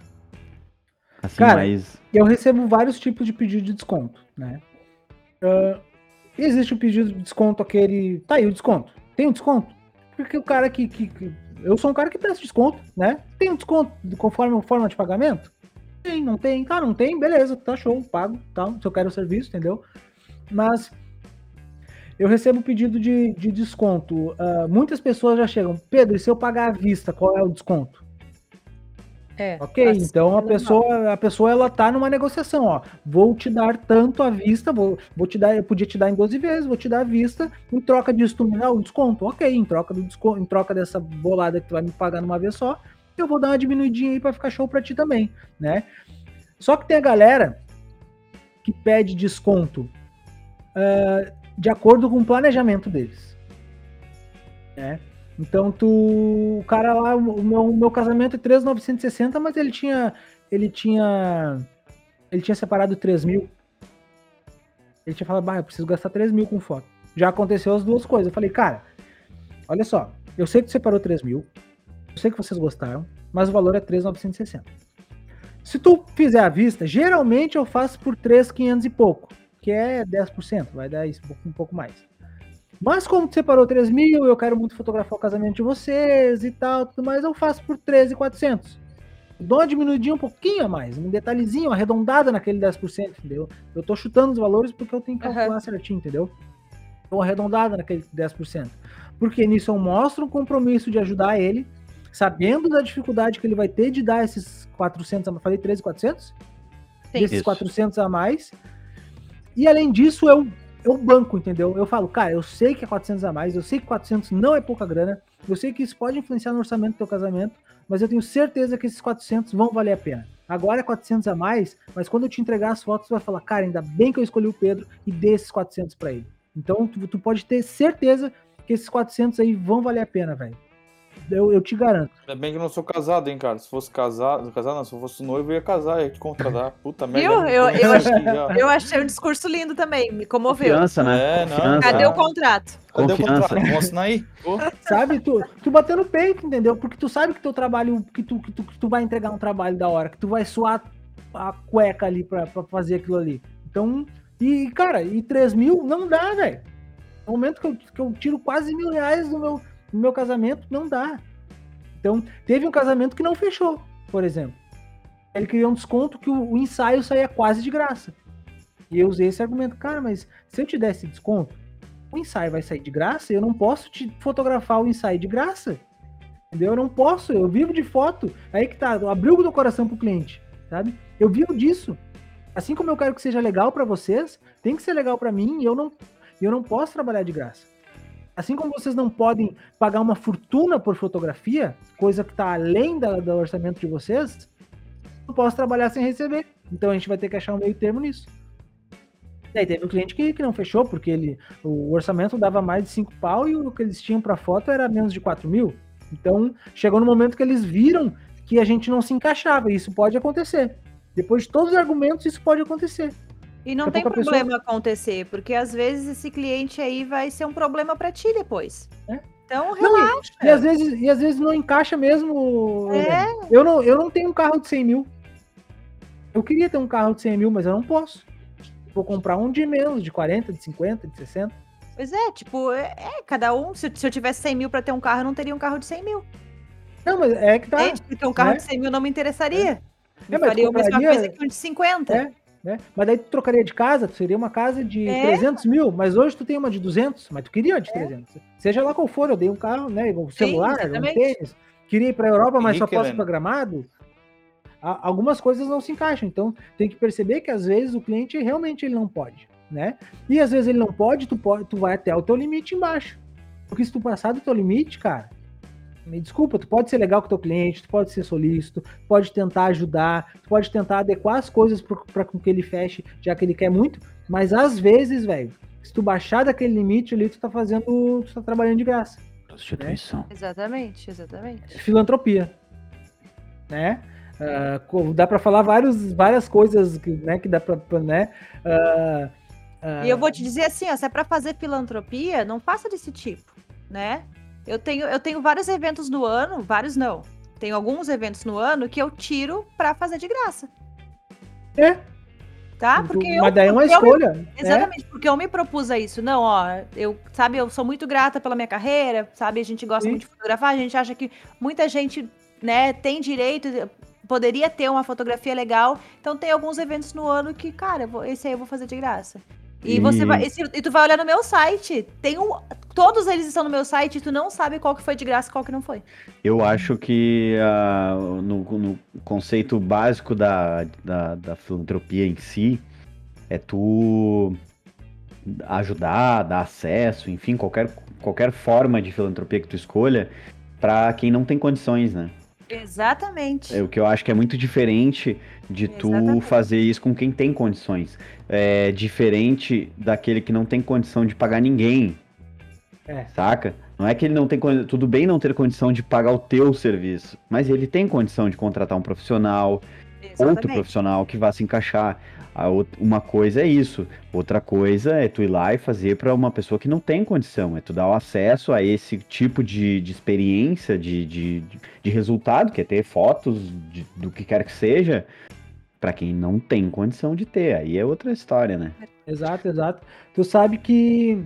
A: Assim,
B: Cara,
A: mais...
B: Eu recebo vários tipos de pedido de desconto, né? Ah, existe o pedido de desconto, aquele. Tá aí o desconto. Tem um desconto? Porque o cara que. que, que- eu sou um cara que presta desconto, né? Tem um desconto conforme a forma de pagamento? Tem, não tem? Tá, não tem? Beleza, tá show, pago, tal, se eu quero o serviço, entendeu? Mas eu recebo pedido de, de desconto. Ah, muitas pessoas já chegam, Pedro, e se eu pagar à vista, qual é o desconto?
D: É,
B: Ok,
D: assim,
B: então a
D: normal.
B: pessoa, a pessoa ela tá numa negociação, ó. Vou te dar tanto à vista, vou, vou te dar, eu podia te dar em doze vezes, vou te dar à vista, em troca disso tu me dá um desconto. Ok, em troca do desconto, em troca dessa bolada que tu vai me pagar numa vez só, eu vou dar uma diminuidinha aí pra ficar show pra ti também, né? Só que tem a galera que pede desconto ah, de acordo com o planejamento deles, né? Então tu, o cara lá, o meu, o meu casamento é três mil novecentos e sessenta, mas ele tinha, ele tinha, ele tinha separado três mil. Ele tinha falado, bah, eu preciso gastar três mil com foto. Já aconteceu as duas coisas. Eu falei, cara, olha só, eu sei que tu separou três mil, eu sei que vocês gostaram, mas o valor é três mil novecentos e sessenta. Se tu fizer à vista, geralmente eu faço por três mil e quinhentos e pouco, que é dez por cento, vai dar isso, um pouco, um pouco mais. Mas como tu separou três mil, eu quero muito fotografar o casamento de vocês e tal, tudo mais, eu faço por treze mil e quatrocentos. Dou uma diminuidinha um pouquinho a mais, um detalhezinho, arredondada naquele dez por cento, entendeu? Eu tô chutando os valores porque eu tenho que calcular
D: Aham.
B: certinho, entendeu? Dou uma arredondada naquele dez por cento. Porque nisso eu mostro um compromisso de ajudar ele, sabendo da dificuldade que ele vai ter de dar esses quatrocentos, a mais. Falei treze mil e quatrocentos?
D: Sim.
B: Desses
A: Isso.
B: quatrocentos a mais. E além disso, eu, eu banco, entendeu? Eu falo, cara, eu sei que é quatrocentos a mais, eu sei que quatrocentos não é pouca grana, eu sei que isso pode influenciar no orçamento do teu casamento, mas eu tenho certeza que esses quatrocentos vão valer a pena. Agora é quatrocentos a mais, mas quando eu te entregar as fotos, tu vai falar, cara, ainda bem que eu escolhi o Pedro e dei esses quatrocentos pra ele. Então, tu, tu pode ter certeza que esses quatrocentos aí vão valer a pena, velho. Eu, eu te garanto.
C: ainda bem que eu não sou casado, hein, cara. Se fosse casado, casado não, se eu fosse noivo, eu ia casar, ia te contratar. Puta merda.
D: Viu?
C: me
D: Eu- eu
C: conhece
D: achei-
C: aqui já.
D: Eu achei um discurso lindo também, me comoveu.
A: Confiança, né?
C: É, não,
A: Confiança.
D: Cadê
C: cara.
D: o contrato?
C: Cadê o
A: Confiança.
C: contrato? Vamos assinar aí? Pô,
B: Sabe, tu, tu bater no peito, entendeu? Porque tu sabe que teu trabalho, que tu, que tu, que tu vai entregar um trabalho da hora, que tu vai suar a cueca ali pra, pra fazer aquilo ali. Então, e cara, e três mil não dá, velho. No momento que eu, que eu tiro quase mil reais do meu, do meu casamento, não dá. Então, teve um casamento que não fechou, por exemplo. Ele criou um desconto que o, o ensaio saía quase de graça. E eu usei esse argumento, cara, mas se eu te desse desconto, o ensaio vai sair de graça, eu não posso te fotografar o ensaio de graça. Entendeu? Eu não posso, eu vivo de foto. Aí que tá, abriu o do coração pro cliente, sabe? Eu vivo disso. Assim como eu quero que seja legal pra vocês, tem que ser legal pra mim e eu não, eu não posso trabalhar de graça. Assim como vocês não podem pagar uma fortuna por fotografia, coisa que tá além da, do orçamento de vocês, não posso trabalhar sem receber. Então a gente vai ter que achar um meio termo nisso. E aí teve um cliente que, que não fechou, porque ele, o orçamento dava mais de cinco pau e o que eles tinham para foto era menos de quatro mil. Então chegou no momento que eles viram que a gente não se encaixava, e isso pode acontecer. Depois de todos os argumentos, isso pode acontecer.
D: E não
B: Daqui a
D: tem
B: pouco a
D: problema acontecer, porque às vezes esse cliente aí vai ser um problema pra ti depois.
B: É.
D: Então,
B: Não,
D: relaxa.
B: e, e às vezes, e às vezes não encaixa mesmo.
D: É.
B: Eu não, eu não tenho um carro de cem mil. Eu queria ter um carro de cem mil, mas eu não posso. Vou comprar um de menos, de quarenta, de cinquenta, de sessenta.
D: Pois é, tipo, é, é, cada um, se, se eu tivesse cem mil pra ter um carro, eu não teria um carro de cem mil.
B: Não, mas é que tá.
D: Entende? Porque um carro
B: né?
D: de cem mil não me interessaria. Me
B: É, mas
D: faria a mesma
B: compraria-
D: coisa que um de cinquenta.
B: É, né? Mas daí tu trocaria de casa, tu seria uma casa de
D: É.
B: trezentos mil, mas hoje tu tem uma de duzentos, mas tu queria uma de trezentos. Seja lá qual for, eu dei um carro, né? Um celular, um
D: exatamente.
B: tênis. Queria ir pra Europa, mas só
C: Henrique,
B: posso
C: Helena.
B: ir pra Gramado. A- Algumas coisas não se encaixam, então tem que perceber que às vezes o cliente realmente ele não pode, né? E às vezes ele não pode, tu, pode, tu vai até o teu limite embaixo. Porque se tu passar do teu limite, cara, me desculpa, tu pode ser legal com o teu cliente, tu pode ser solícito, tu pode tentar ajudar, tu pode tentar adequar as coisas para que ele feche, já que ele quer muito, mas às vezes, velho, se tu baixar daquele limite ali, tu tá fazendo, tu tá trabalhando de graça.
A: Prostituição.
D: Exatamente, exatamente.
B: Filantropia, né? Ah, co- dá para falar vários, várias coisas, que, né, que dá para, né? ah, ah,
D: E eu vou te dizer assim, ó, se é pra fazer filantropia, não faça desse tipo, né? Eu tenho, eu tenho vários eventos no ano, vários não. Tenho alguns eventos no ano que eu tiro pra fazer de graça,
B: é,
D: tá? Porque eu,
B: mas daí é uma
D: porque eu me-
B: escolha, né?
D: Exatamente, porque eu me propus a isso. Não, ó, eu, sabe, eu sou muito grata pela minha carreira, sabe? A gente gosta
B: Sim.
D: muito de fotografar, a gente acha que muita gente, né, tem direito, poderia ter uma fotografia legal. Então tem alguns eventos no ano que, cara, eu vou- esse aí eu vou fazer de graça. E,
A: E-
D: você vai, e, se- e tu vai olhar no meu site, tem um, todos eles estão no meu site e tu não sabe qual que foi de graça e qual que não foi.
A: Eu acho que ah, no, no conceito básico da, da, da filantropia em si, é tu ajudar, dar acesso, enfim, qualquer, qualquer forma de filantropia que tu escolha, para quem não tem condições, né?
D: Exatamente.
A: É o que eu acho que é muito diferente de tu
D: Exatamente.
A: fazer isso com quem tem condições. É diferente daquele que não tem condição de pagar ninguém.
B: É.
A: Saca? Não é que ele não tem condi- tudo bem não ter condição de pagar o teu serviço, mas ele tem condição de contratar um profissional, outro
D: Exatamente.
A: profissional que vá se encaixar. A out- uma coisa é isso, outra coisa é tu ir lá e fazer para uma pessoa que não tem condição, é tu dar o acesso a esse tipo de, de experiência, de, de, de resultado, que é ter fotos de- do que quer que seja, para quem não tem condição de ter. Aí é outra história, né?
B: Exato, exato. Tu sabe que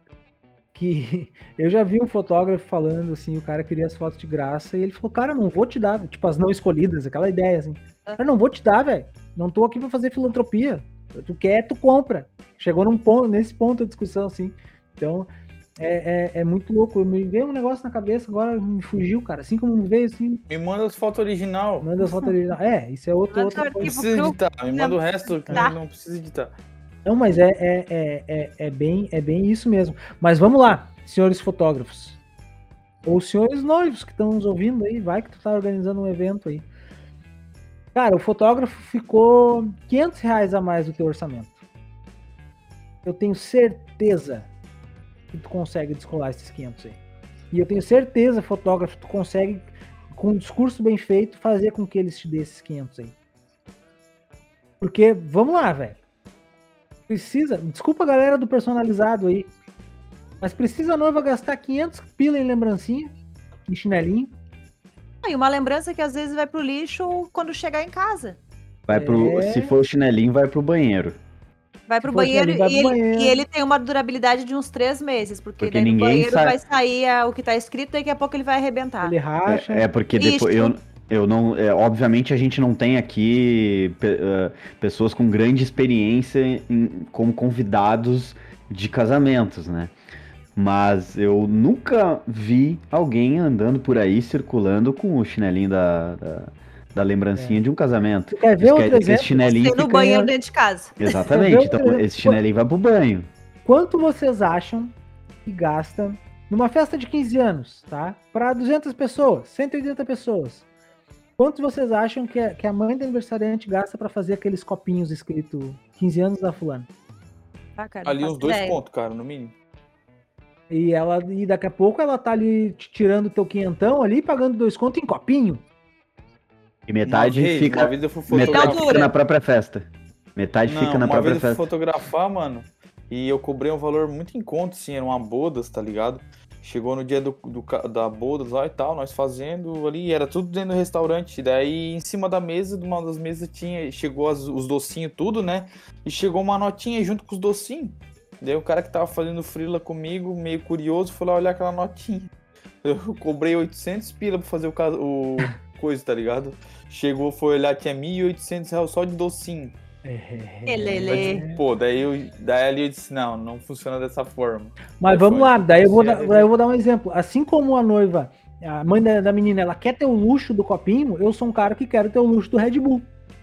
B: que eu já vi um fotógrafo falando assim, o cara queria as fotos de graça e ele falou, cara, não vou te dar, tipo as não escolhidas, aquela ideia assim. Cara, não vou te dar, velho. Não tô aqui pra fazer filantropia. Tu quer, tu compra. Chegou num ponto, nesse ponto a discussão assim. Então, é, é, é muito louco. Me veio um negócio na cabeça, agora me fugiu, cara. Assim como me veio, assim,
C: Me manda as fotos original.
B: manda as fotos originais. É, isso é outro,
D: Manda
B: outra
D: o
C: Não
B: coisa.
D: arquivo
C: precisa
D: cru.
C: editar. Me manda o resto que
D: Tá.
C: não precisa editar.
B: Não, mas é, é, é, é, é bem, é bem isso mesmo. Mas vamos lá, senhores fotógrafos. Ou senhores noivos que estão nos ouvindo aí, vai que tu tá organizando um evento aí. Cara, o fotógrafo ficou quinhentos reais a mais do teu orçamento. Eu tenho certeza que tu consegue descolar esses quinhentos aí. E eu tenho certeza, fotógrafo, tu consegue, com um discurso bem feito, fazer com que eles te dêem esses quinhentos aí. Porque, vamos lá, velho. Precisa, desculpa a galera do personalizado aí, mas precisa a noiva gastar quinhentos pila em lembrancinha, em chinelinho?
D: Ah, e uma lembrança que às vezes vai pro lixo quando chegar em casa.
A: Vai pro,
B: É.
A: Se for o chinelinho, vai pro banheiro.
D: Vai pro
B: for
D: banheiro,
B: chinelinho, vai
D: e,
B: pro
D: ele,
B: banheiro.
D: e ele tem uma durabilidade de uns três meses, porque,
A: Porque
D: daí no
A: ninguém
D: banheiro
A: sabe-
D: vai sair ah, o que tá escrito, daqui a pouco ele vai arrebentar.
B: Ele racha.
A: É, é porque
D: Lixo.
A: depois eu, eu não. É, obviamente a gente não tem aqui pe- eh, pessoas com grande experiência em- como convidados de casamentos, né? Mas eu nunca vi alguém andando por aí circulando com o chinelinho da, da, da lembrancinha de um casamento.
B: Tu quer ver
A: Isso quer
B: outro
A: dizer que esse
B: exemplo?
A: chinelinho
D: Ser no
A: fica-
D: banheiro dentro de casa.
A: Exatamente.
B: Quer ver
A: Então
B: outro
A: esse chinelinho vai pro banho.
B: Quanto vocês acham que gasta numa festa de quinze anos, tá? Para duzentas pessoas, cento e oitenta pessoas. Quanto vocês acham que a, que a mãe do aniversariante gasta para fazer aqueles copinhos escrito quinze anos da fulana?
D: Ah, cara, não
C: Ali
D: faço
C: uns dois
D: ideia.
C: pontos, cara, no mínimo.
B: E ela e daqui a pouco ela tá ali te tirando teu quinhentão ali, pagando dois contos em copinho.
A: E metade
C: uma vez,
A: fica,
C: Uma vez eu fui
A: metade
C: fotografar.
A: fica na própria festa. Metade
C: Não,
A: fica na
C: uma
A: própria
C: vez eu fui
A: festa.
C: fotografar, mano, e eu cobrei um valor muito em conta, assim, era uma bodas, tá ligado? Chegou no dia do, do ca- da bodas lá e tal, nós fazendo ali, era tudo dentro do restaurante. Daí, em cima da mesa, de uma das mesas, tinha, chegou as- os docinhos tudo, né? E chegou uma notinha junto com os docinhos. Daí o cara que tava fazendo freela comigo, meio curioso, foi lá olhar aquela notinha. Eu cobrei oitocentos pila pra fazer o, caso, o coisa, tá ligado? Chegou, foi olhar, tinha mil e oitocentos reais só de docinho.
D: Elele.
C: Pô, daí, eu, daí ali eu disse, não, não funciona dessa forma.
B: Mas
C: Aí
B: vamos
C: foi
B: lá,
C: onde
B: daí eu, vou
C: comecei
B: dar,
C: a
B: daí eu vou dar um exemplo. Assim como a noiva, a mãe da, da menina, ela quer ter o luxo do copinho, eu sou um cara que quero ter o luxo do Red Bull.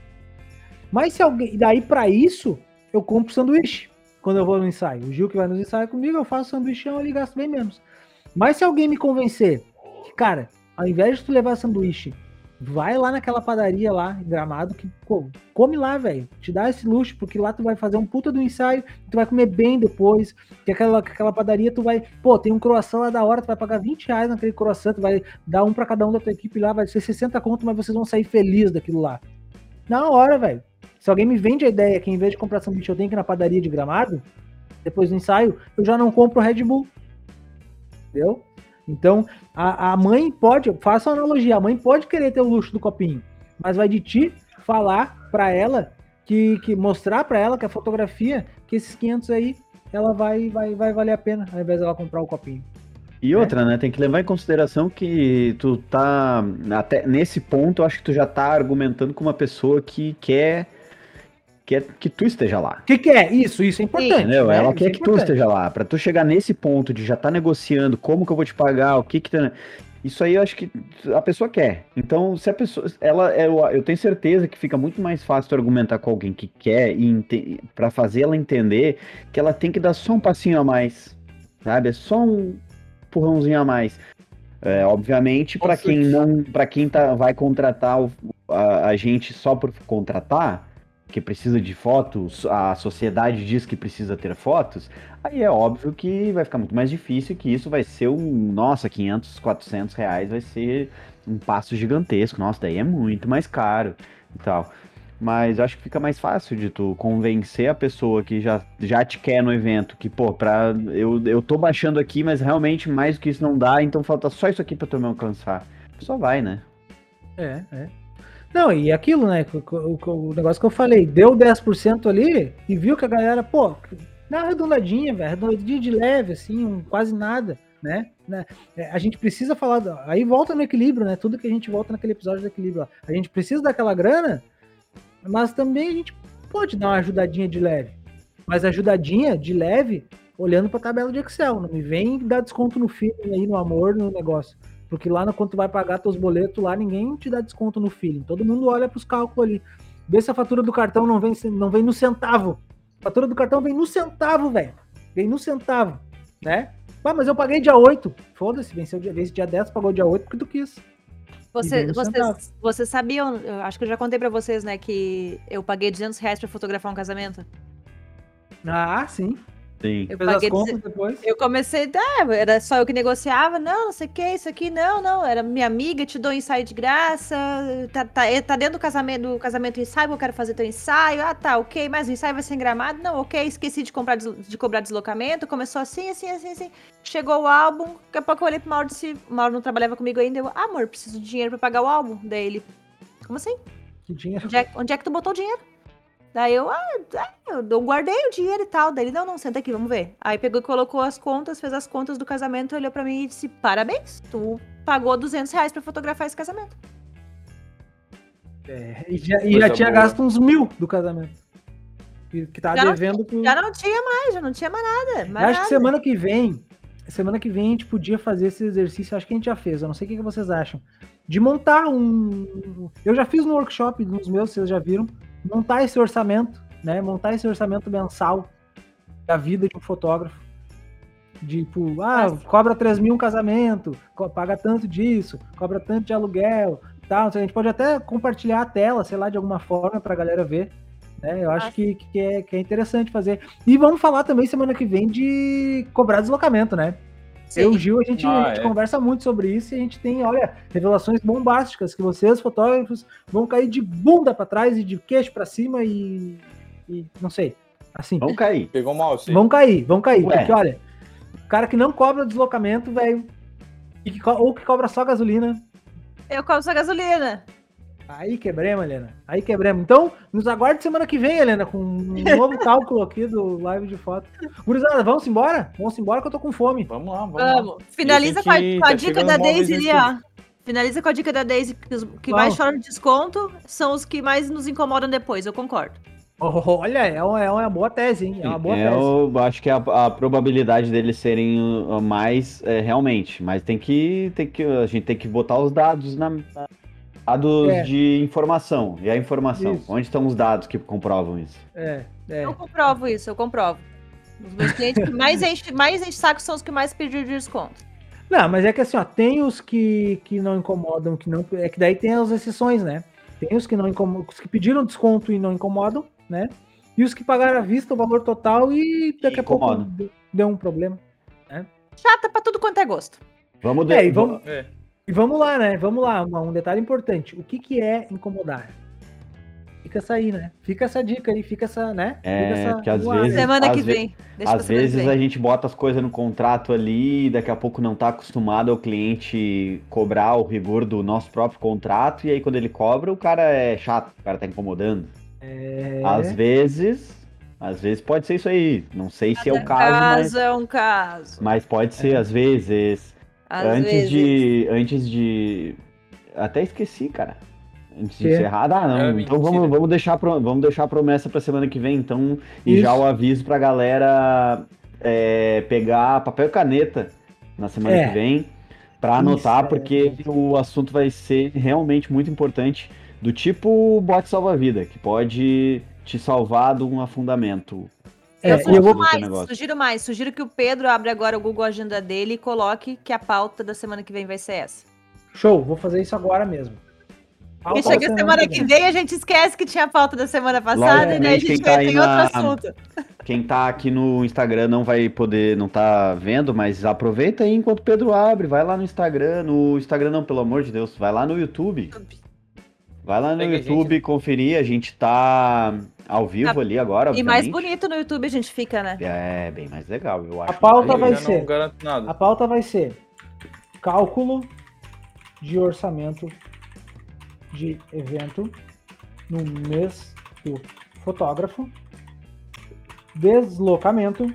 B: Mas se alguém. Daí pra isso, eu compro sanduíche quando eu vou no ensaio. O Gil que vai nos ensaios comigo, eu faço sanduíchão ali e gasto bem menos. Mas se alguém me convencer que, cara, ao invés de tu levar sanduíche, vai lá naquela padaria lá, em Gramado, que, pô, come lá, velho. Te dá esse luxo, porque lá tu vai fazer um puta do ensaio, tu vai comer bem depois, que aquela, aquela padaria tu vai, pô, tem um croissant lá da hora, tu vai pagar vinte reais naquele croissant, tu vai dar um pra cada um da tua equipe lá, vai ser sessenta conto, mas vocês vão sair felizes daquilo lá. Na hora, velho. Se alguém me vende a ideia que em vez de comprar sanduíche eu tenho que ir na padaria de Gramado, depois do ensaio, eu já não compro Red Bull. Entendeu? Então, a, a mãe pode, faça uma analogia, a mãe pode querer ter o luxo do copinho, mas vai de ti falar pra ela, que, que mostrar pra ela que a fotografia, que esses quinhentos aí, ela vai, vai, vai valer a pena, ao invés dela comprar o copinho.
A: E outra, né? Tem que levar em consideração que tu tá. Até nesse ponto, eu acho que tu já tá argumentando com uma pessoa que quer, quer que tu esteja lá.
B: O que, que é? Isso, isso é importante.
A: Entendeu?
B: Né?
A: Ela
B: Isso
A: quer
B: é
A: que tu
B: importante.
A: esteja lá. Pra tu chegar nesse ponto de já tá negociando como que eu vou te pagar, o que que tá. Isso aí eu acho que a pessoa quer. Então, se a pessoa. Ela, eu, eu tenho certeza que fica muito mais fácil tu argumentar com alguém que quer e ente, pra fazer ela entender que ela tem que dar só um passinho a mais. Sabe? É só um empurrãozinho a mais. É, obviamente, para quem não, para quem tá, vai contratar o, a, a gente só por contratar, que precisa de fotos, a sociedade diz que precisa ter fotos, aí é óbvio que vai ficar muito mais difícil, que isso vai ser um, nossa, quinhentos, quatrocentos reais vai ser um passo gigantesco, nossa, daí é muito mais caro e tal. Mas eu acho que fica mais fácil de tu convencer a pessoa que já, já te quer no evento, que, pô, pra, eu, eu tô baixando aqui, mas realmente mais do que isso não dá, então falta só isso aqui pra tu me alcançar. Só vai, né?
B: É, é. Não, e aquilo, né, o, o, o negócio que eu falei, deu dez por cento ali e viu que a galera, pô, dá uma arredondadinha, velho, arredondadinha de leve, assim, um, quase nada, né? né? A gente precisa falar, aí volta no equilíbrio, né? Tudo que a gente volta naquele episódio do equilíbrio, ó. A gente precisa daquela grana, mas também a gente pode dar uma ajudadinha de leve. Mas ajudadinha de leve, olhando para a tabela de Excel. Não me vem dar desconto no feeling aí, no amor, no negócio. Porque lá no, quando tu vai pagar teus boletos, lá ninguém te dá desconto no feeling. Todo mundo olha para os cálculos ali. Vê se a fatura do cartão não vem, não vem no centavo. A fatura do cartão vem no centavo, velho. Vem no centavo, né? Ah, mas eu paguei dia oito. Foda-se, venceu dia, venceu dia dez, pagou dia oito porque tu quis.
D: Você, vocês, vocês sabiam, eu acho que eu já contei pra vocês, né, que eu paguei duzentos reais pra fotografar um casamento.
B: Ah, sim.
A: Sim.
D: Eu
B: Fez as
D: paguei
B: contas
D: duze-
B: depois.
D: Eu comecei, ah, era só eu que negociava, não, não sei o que, isso aqui, não, não, era minha amiga, te dou ensaio de graça, tá, tá, tá dentro do casamento, do casamento ensaio, eu quero fazer teu ensaio, ah, tá, ok, mas o ensaio vai ser em Gramado, não, ok, esqueci de, comprar, de cobrar deslocamento, começou assim, assim, assim, assim, chegou o álbum, daqui a pouco eu olhei pro Mauro e disse, o Mauro não trabalhava comigo ainda, eu, ah, amor, preciso de dinheiro pra pagar o álbum, daí ele, como assim?
B: Que dinheiro.
D: Onde é, onde é que tu botou o dinheiro? Daí eu, ah, eu guardei o dinheiro e tal. Daí ele, não, não, senta aqui, vamos ver. Aí pegou e colocou as contas, fez as contas do casamento, olhou pra mim e disse, parabéns, tu pagou duzentos reais pra fotografar esse casamento.
B: É, e já, e já
C: Coisa
B: tinha
C: boa.
B: gasto uns mil do casamento. Que, que tá
D: Já não
B: devendo pro...
D: Já não tinha mais, já não tinha mais nada. Mais
B: Eu acho
D: nada.
B: que semana que vem, semana que vem a gente podia fazer esse exercício, acho que a gente já fez, eu não sei o que que vocês acham. De montar um... Eu já fiz no workshop dos meus, vocês já viram, montar esse orçamento, né? Montar esse orçamento mensal da vida de um fotógrafo. Tipo, ah,
D: Nossa.
B: cobra três mil um casamento, co- paga tanto disso, cobra tanto de aluguel, tal. A gente pode até compartilhar a tela, sei lá, de alguma forma pra galera ver. Né? Eu acho
D: Nossa.
B: que, que, é, que é interessante fazer. E vamos falar também semana que vem de cobrar deslocamento, né?
D: Sim.
B: Eu e o Gil, a gente,
C: Ah,
B: a gente
C: é.
B: conversa muito sobre isso e a gente tem, olha, revelações bombásticas que vocês, fotógrafos, vão cair de bunda pra trás e de queixo pra cima e, e não sei, assim,
A: Vamos cair.
C: Pegou mal, sim.
B: vão cair, vão cair,
A: Ué.
B: porque olha, o cara que não cobra deslocamento, velho, e que co- ou que cobra só gasolina,
D: Eu cobro sua gasolina.
B: Aí quebremos, Helena. Aí quebremos. Então, nos aguarde semana que vem, Helena, com um novo cálculo aqui do live de foto. Gurizada, vamos embora? Vamos embora que eu tô com fome.
C: Vamos lá, vamos, lá.
D: Vamos. Finaliza com a,
C: que-
D: com a
C: tá
D: dica
C: chegando
D: da
C: móveis
D: Daisy
C: nesse
D: ali, ó. Finaliza com a dica da Daisy, que os que
B: Vamos.
D: mais choram de desconto são os que mais nos incomodam depois, eu concordo.
B: Olha, é uma, é uma boa tese, hein? É uma boa tese.
A: Eu acho que a, a probabilidade deles serem uh, mais é, realmente, mas tem que, tem que a gente tem que botar os dados na na- dados
B: É.
A: de informação. E a informação,
B: Isso.
A: onde estão os dados que comprovam isso?
B: É, é.
D: Eu comprovo isso, eu comprovo. Os meus clientes que mais enchem mais enche saco são os que mais pediram de desconto.
B: Não, mas é que assim, ó, tem os que, que não incomodam, que não. É que daí tem as exceções, né? Tem os que não incomodam, os que pediram desconto e não incomodam, né? E os que pagaram à vista o valor total e daqui a pouco
A: Incomodam.
B: deu- deu um problema.
D: Chata pra tudo quanto é gosto.
A: Vamos de...
B: É, e vamos,
C: É.
B: e vamos lá, né? Vamos lá, um um detalhe importante. O que, que é incomodar? Fica essa aí, né? Fica essa dica aí, fica essa, né?
A: É,
B: Fica essa
A: porque às
B: no ar,
A: vezes-
B: né?
D: Semana
A: às
D: que
A: ve-
D: vem. Deixa pra
A: Às
D: semana que
A: vezes
D: vem.
A: a gente bota as coisas no contrato ali, e daqui a pouco não tá acostumado ao cliente cobrar o rigor do nosso próprio contrato, e aí quando ele cobra, o cara é chato, o cara tá incomodando.
B: É...
A: Às vezes, às vezes pode ser isso aí. Não sei se é o
D: Cada
A: caso, mas,
D: caso é um caso.
A: mas pode ser às vezes.
D: Às
A: antes
D: vezes.
A: de. Antes de. Até esqueci, cara. Antes de
B: Quê?
A: encerrar. Ah, não.
C: Era
A: então
C: mentira.
A: vamos, vamos, deixar, pro- vamos deixar a promessa pra semana que vem, então. E
B: Isso.
A: já o aviso pra galera é, pegar papel e caneta na semana
B: É.
A: que vem pra anotar,
B: Isso, é.
A: porque o assunto vai ser realmente muito importante. Do tipo bote salva-vida, que pode te salvar de um afundamento.
B: É,
D: Eu
B: e eu
D: sugiro
B: vou-
A: do teu
D: mais,
A: negócio.
D: sugiro mais. Sugiro que o Pedro abra agora o Google Agenda dele e coloque que a pauta da semana que vem vai ser essa.
B: Show, vou fazer isso agora mesmo.
D: Porque
B: Pauta
D: chega
B: da
D: a semana que vem, a gente esquece que tinha a pauta da semana passada e daí a
A: Logicamente,
D: gente
A: quem tá
D: vem
A: aí
D: tem outro
A: na-
D: assunto.
A: Quem tá aqui no Instagram não vai poder, não tá vendo, mas aproveita aí enquanto o Pedro abre, vai lá no Instagram, no Instagram não, pelo amor de Deus, vai lá no YouTube. Vai lá no
C: Segue a
A: YouTube conferir, a gente tá ao vivo ali agora,
D: E mais
A: obviamente.
D: bonito no YouTube a gente fica, né?
A: É, bem mais legal, eu acho.
B: pauta
C: Eu
B: vai
C: já
B: ser-
C: não garanto nada.
B: A pauta vai ser cálculo de orçamento de evento no mês do fotógrafo, deslocamento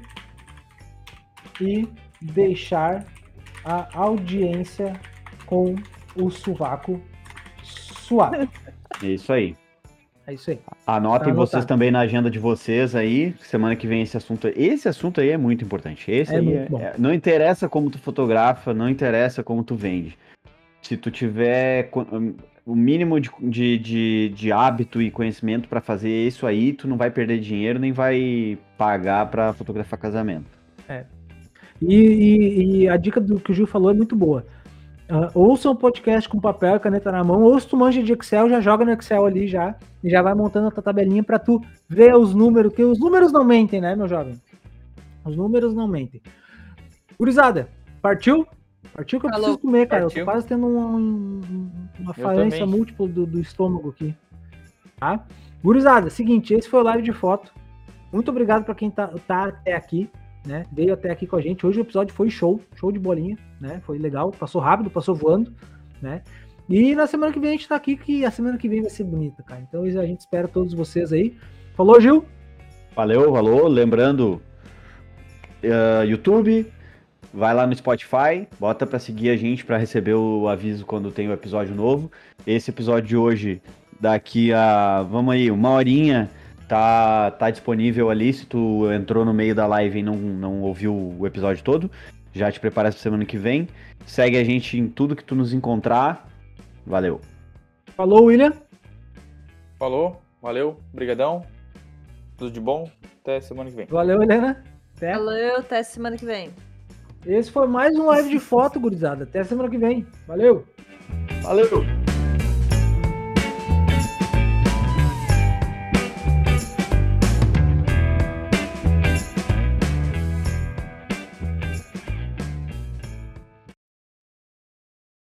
B: e deixar a audiência com o sovaco suave.
A: É isso aí.
B: É isso aí.
A: Anotem
B: Tá
A: vocês
B: anotado.
A: também na agenda de vocês aí. Semana que vem esse assunto. Esse assunto aí é muito importante. Esse
B: É
A: aí
B: muito
A: é-
B: bom.
A: é- não interessa como tu fotografa, não interessa como tu vende. Se tu tiver co- hum, o mínimo de, de, de, de hábito e conhecimento para fazer isso aí, tu não vai perder dinheiro nem vai pagar para fotografar casamento.
B: E, e- e a dica do que o Gil falou é muito boa. Ah, ouça um podcast com papel e caneta na mão, ou se tu manja de Excel, já joga no Excel ali já, e já vai montando a tua tabelinha para tu ver os números, que os números não mentem, né, meu jovem? Os números não mentem. Gurizada, partiu? Partiu que eu
D: Falou.
B: preciso comer, cara.
C: Partiu.
B: Eu tô quase tendo um- um- uma
C: Eu
B: falência
C: também.
B: múltipla do, do estômago aqui. Tá? Gurizada, seguinte, esse foi o live de foto. Muito obrigado para quem tá, tá até aqui, né? Veio até aqui com a gente. Hoje o episódio foi show, show de bolinha, né? Foi legal, passou rápido, passou voando, né? E na semana que vem a gente tá aqui, que a semana que vem vai ser bonita, cara. Então a gente espera todos vocês aí. Falou, Gil?
A: Valeu, valeu. Lembrando, uh, YouTube, vai lá no Spotify, bota pra seguir a gente pra receber o aviso quando tem o episódio novo. Esse episódio de hoje, daqui a, vamos aí, uma horinha, tá, tá disponível ali. Se tu entrou no meio da live e não, não ouviu o episódio todo, já te prepara pra semana que vem. Segue a gente em tudo que tu nos encontrar. Valeu.
B: Falou, William?
C: Falou, valeu, brigadão. Tudo de bom, até semana que vem.
B: Valeu, Helena. Até.
D: Valeu, até semana que vem.
B: Esse foi mais um live de foto, gurizada. Até semana que vem. Valeu!
A: Valeu!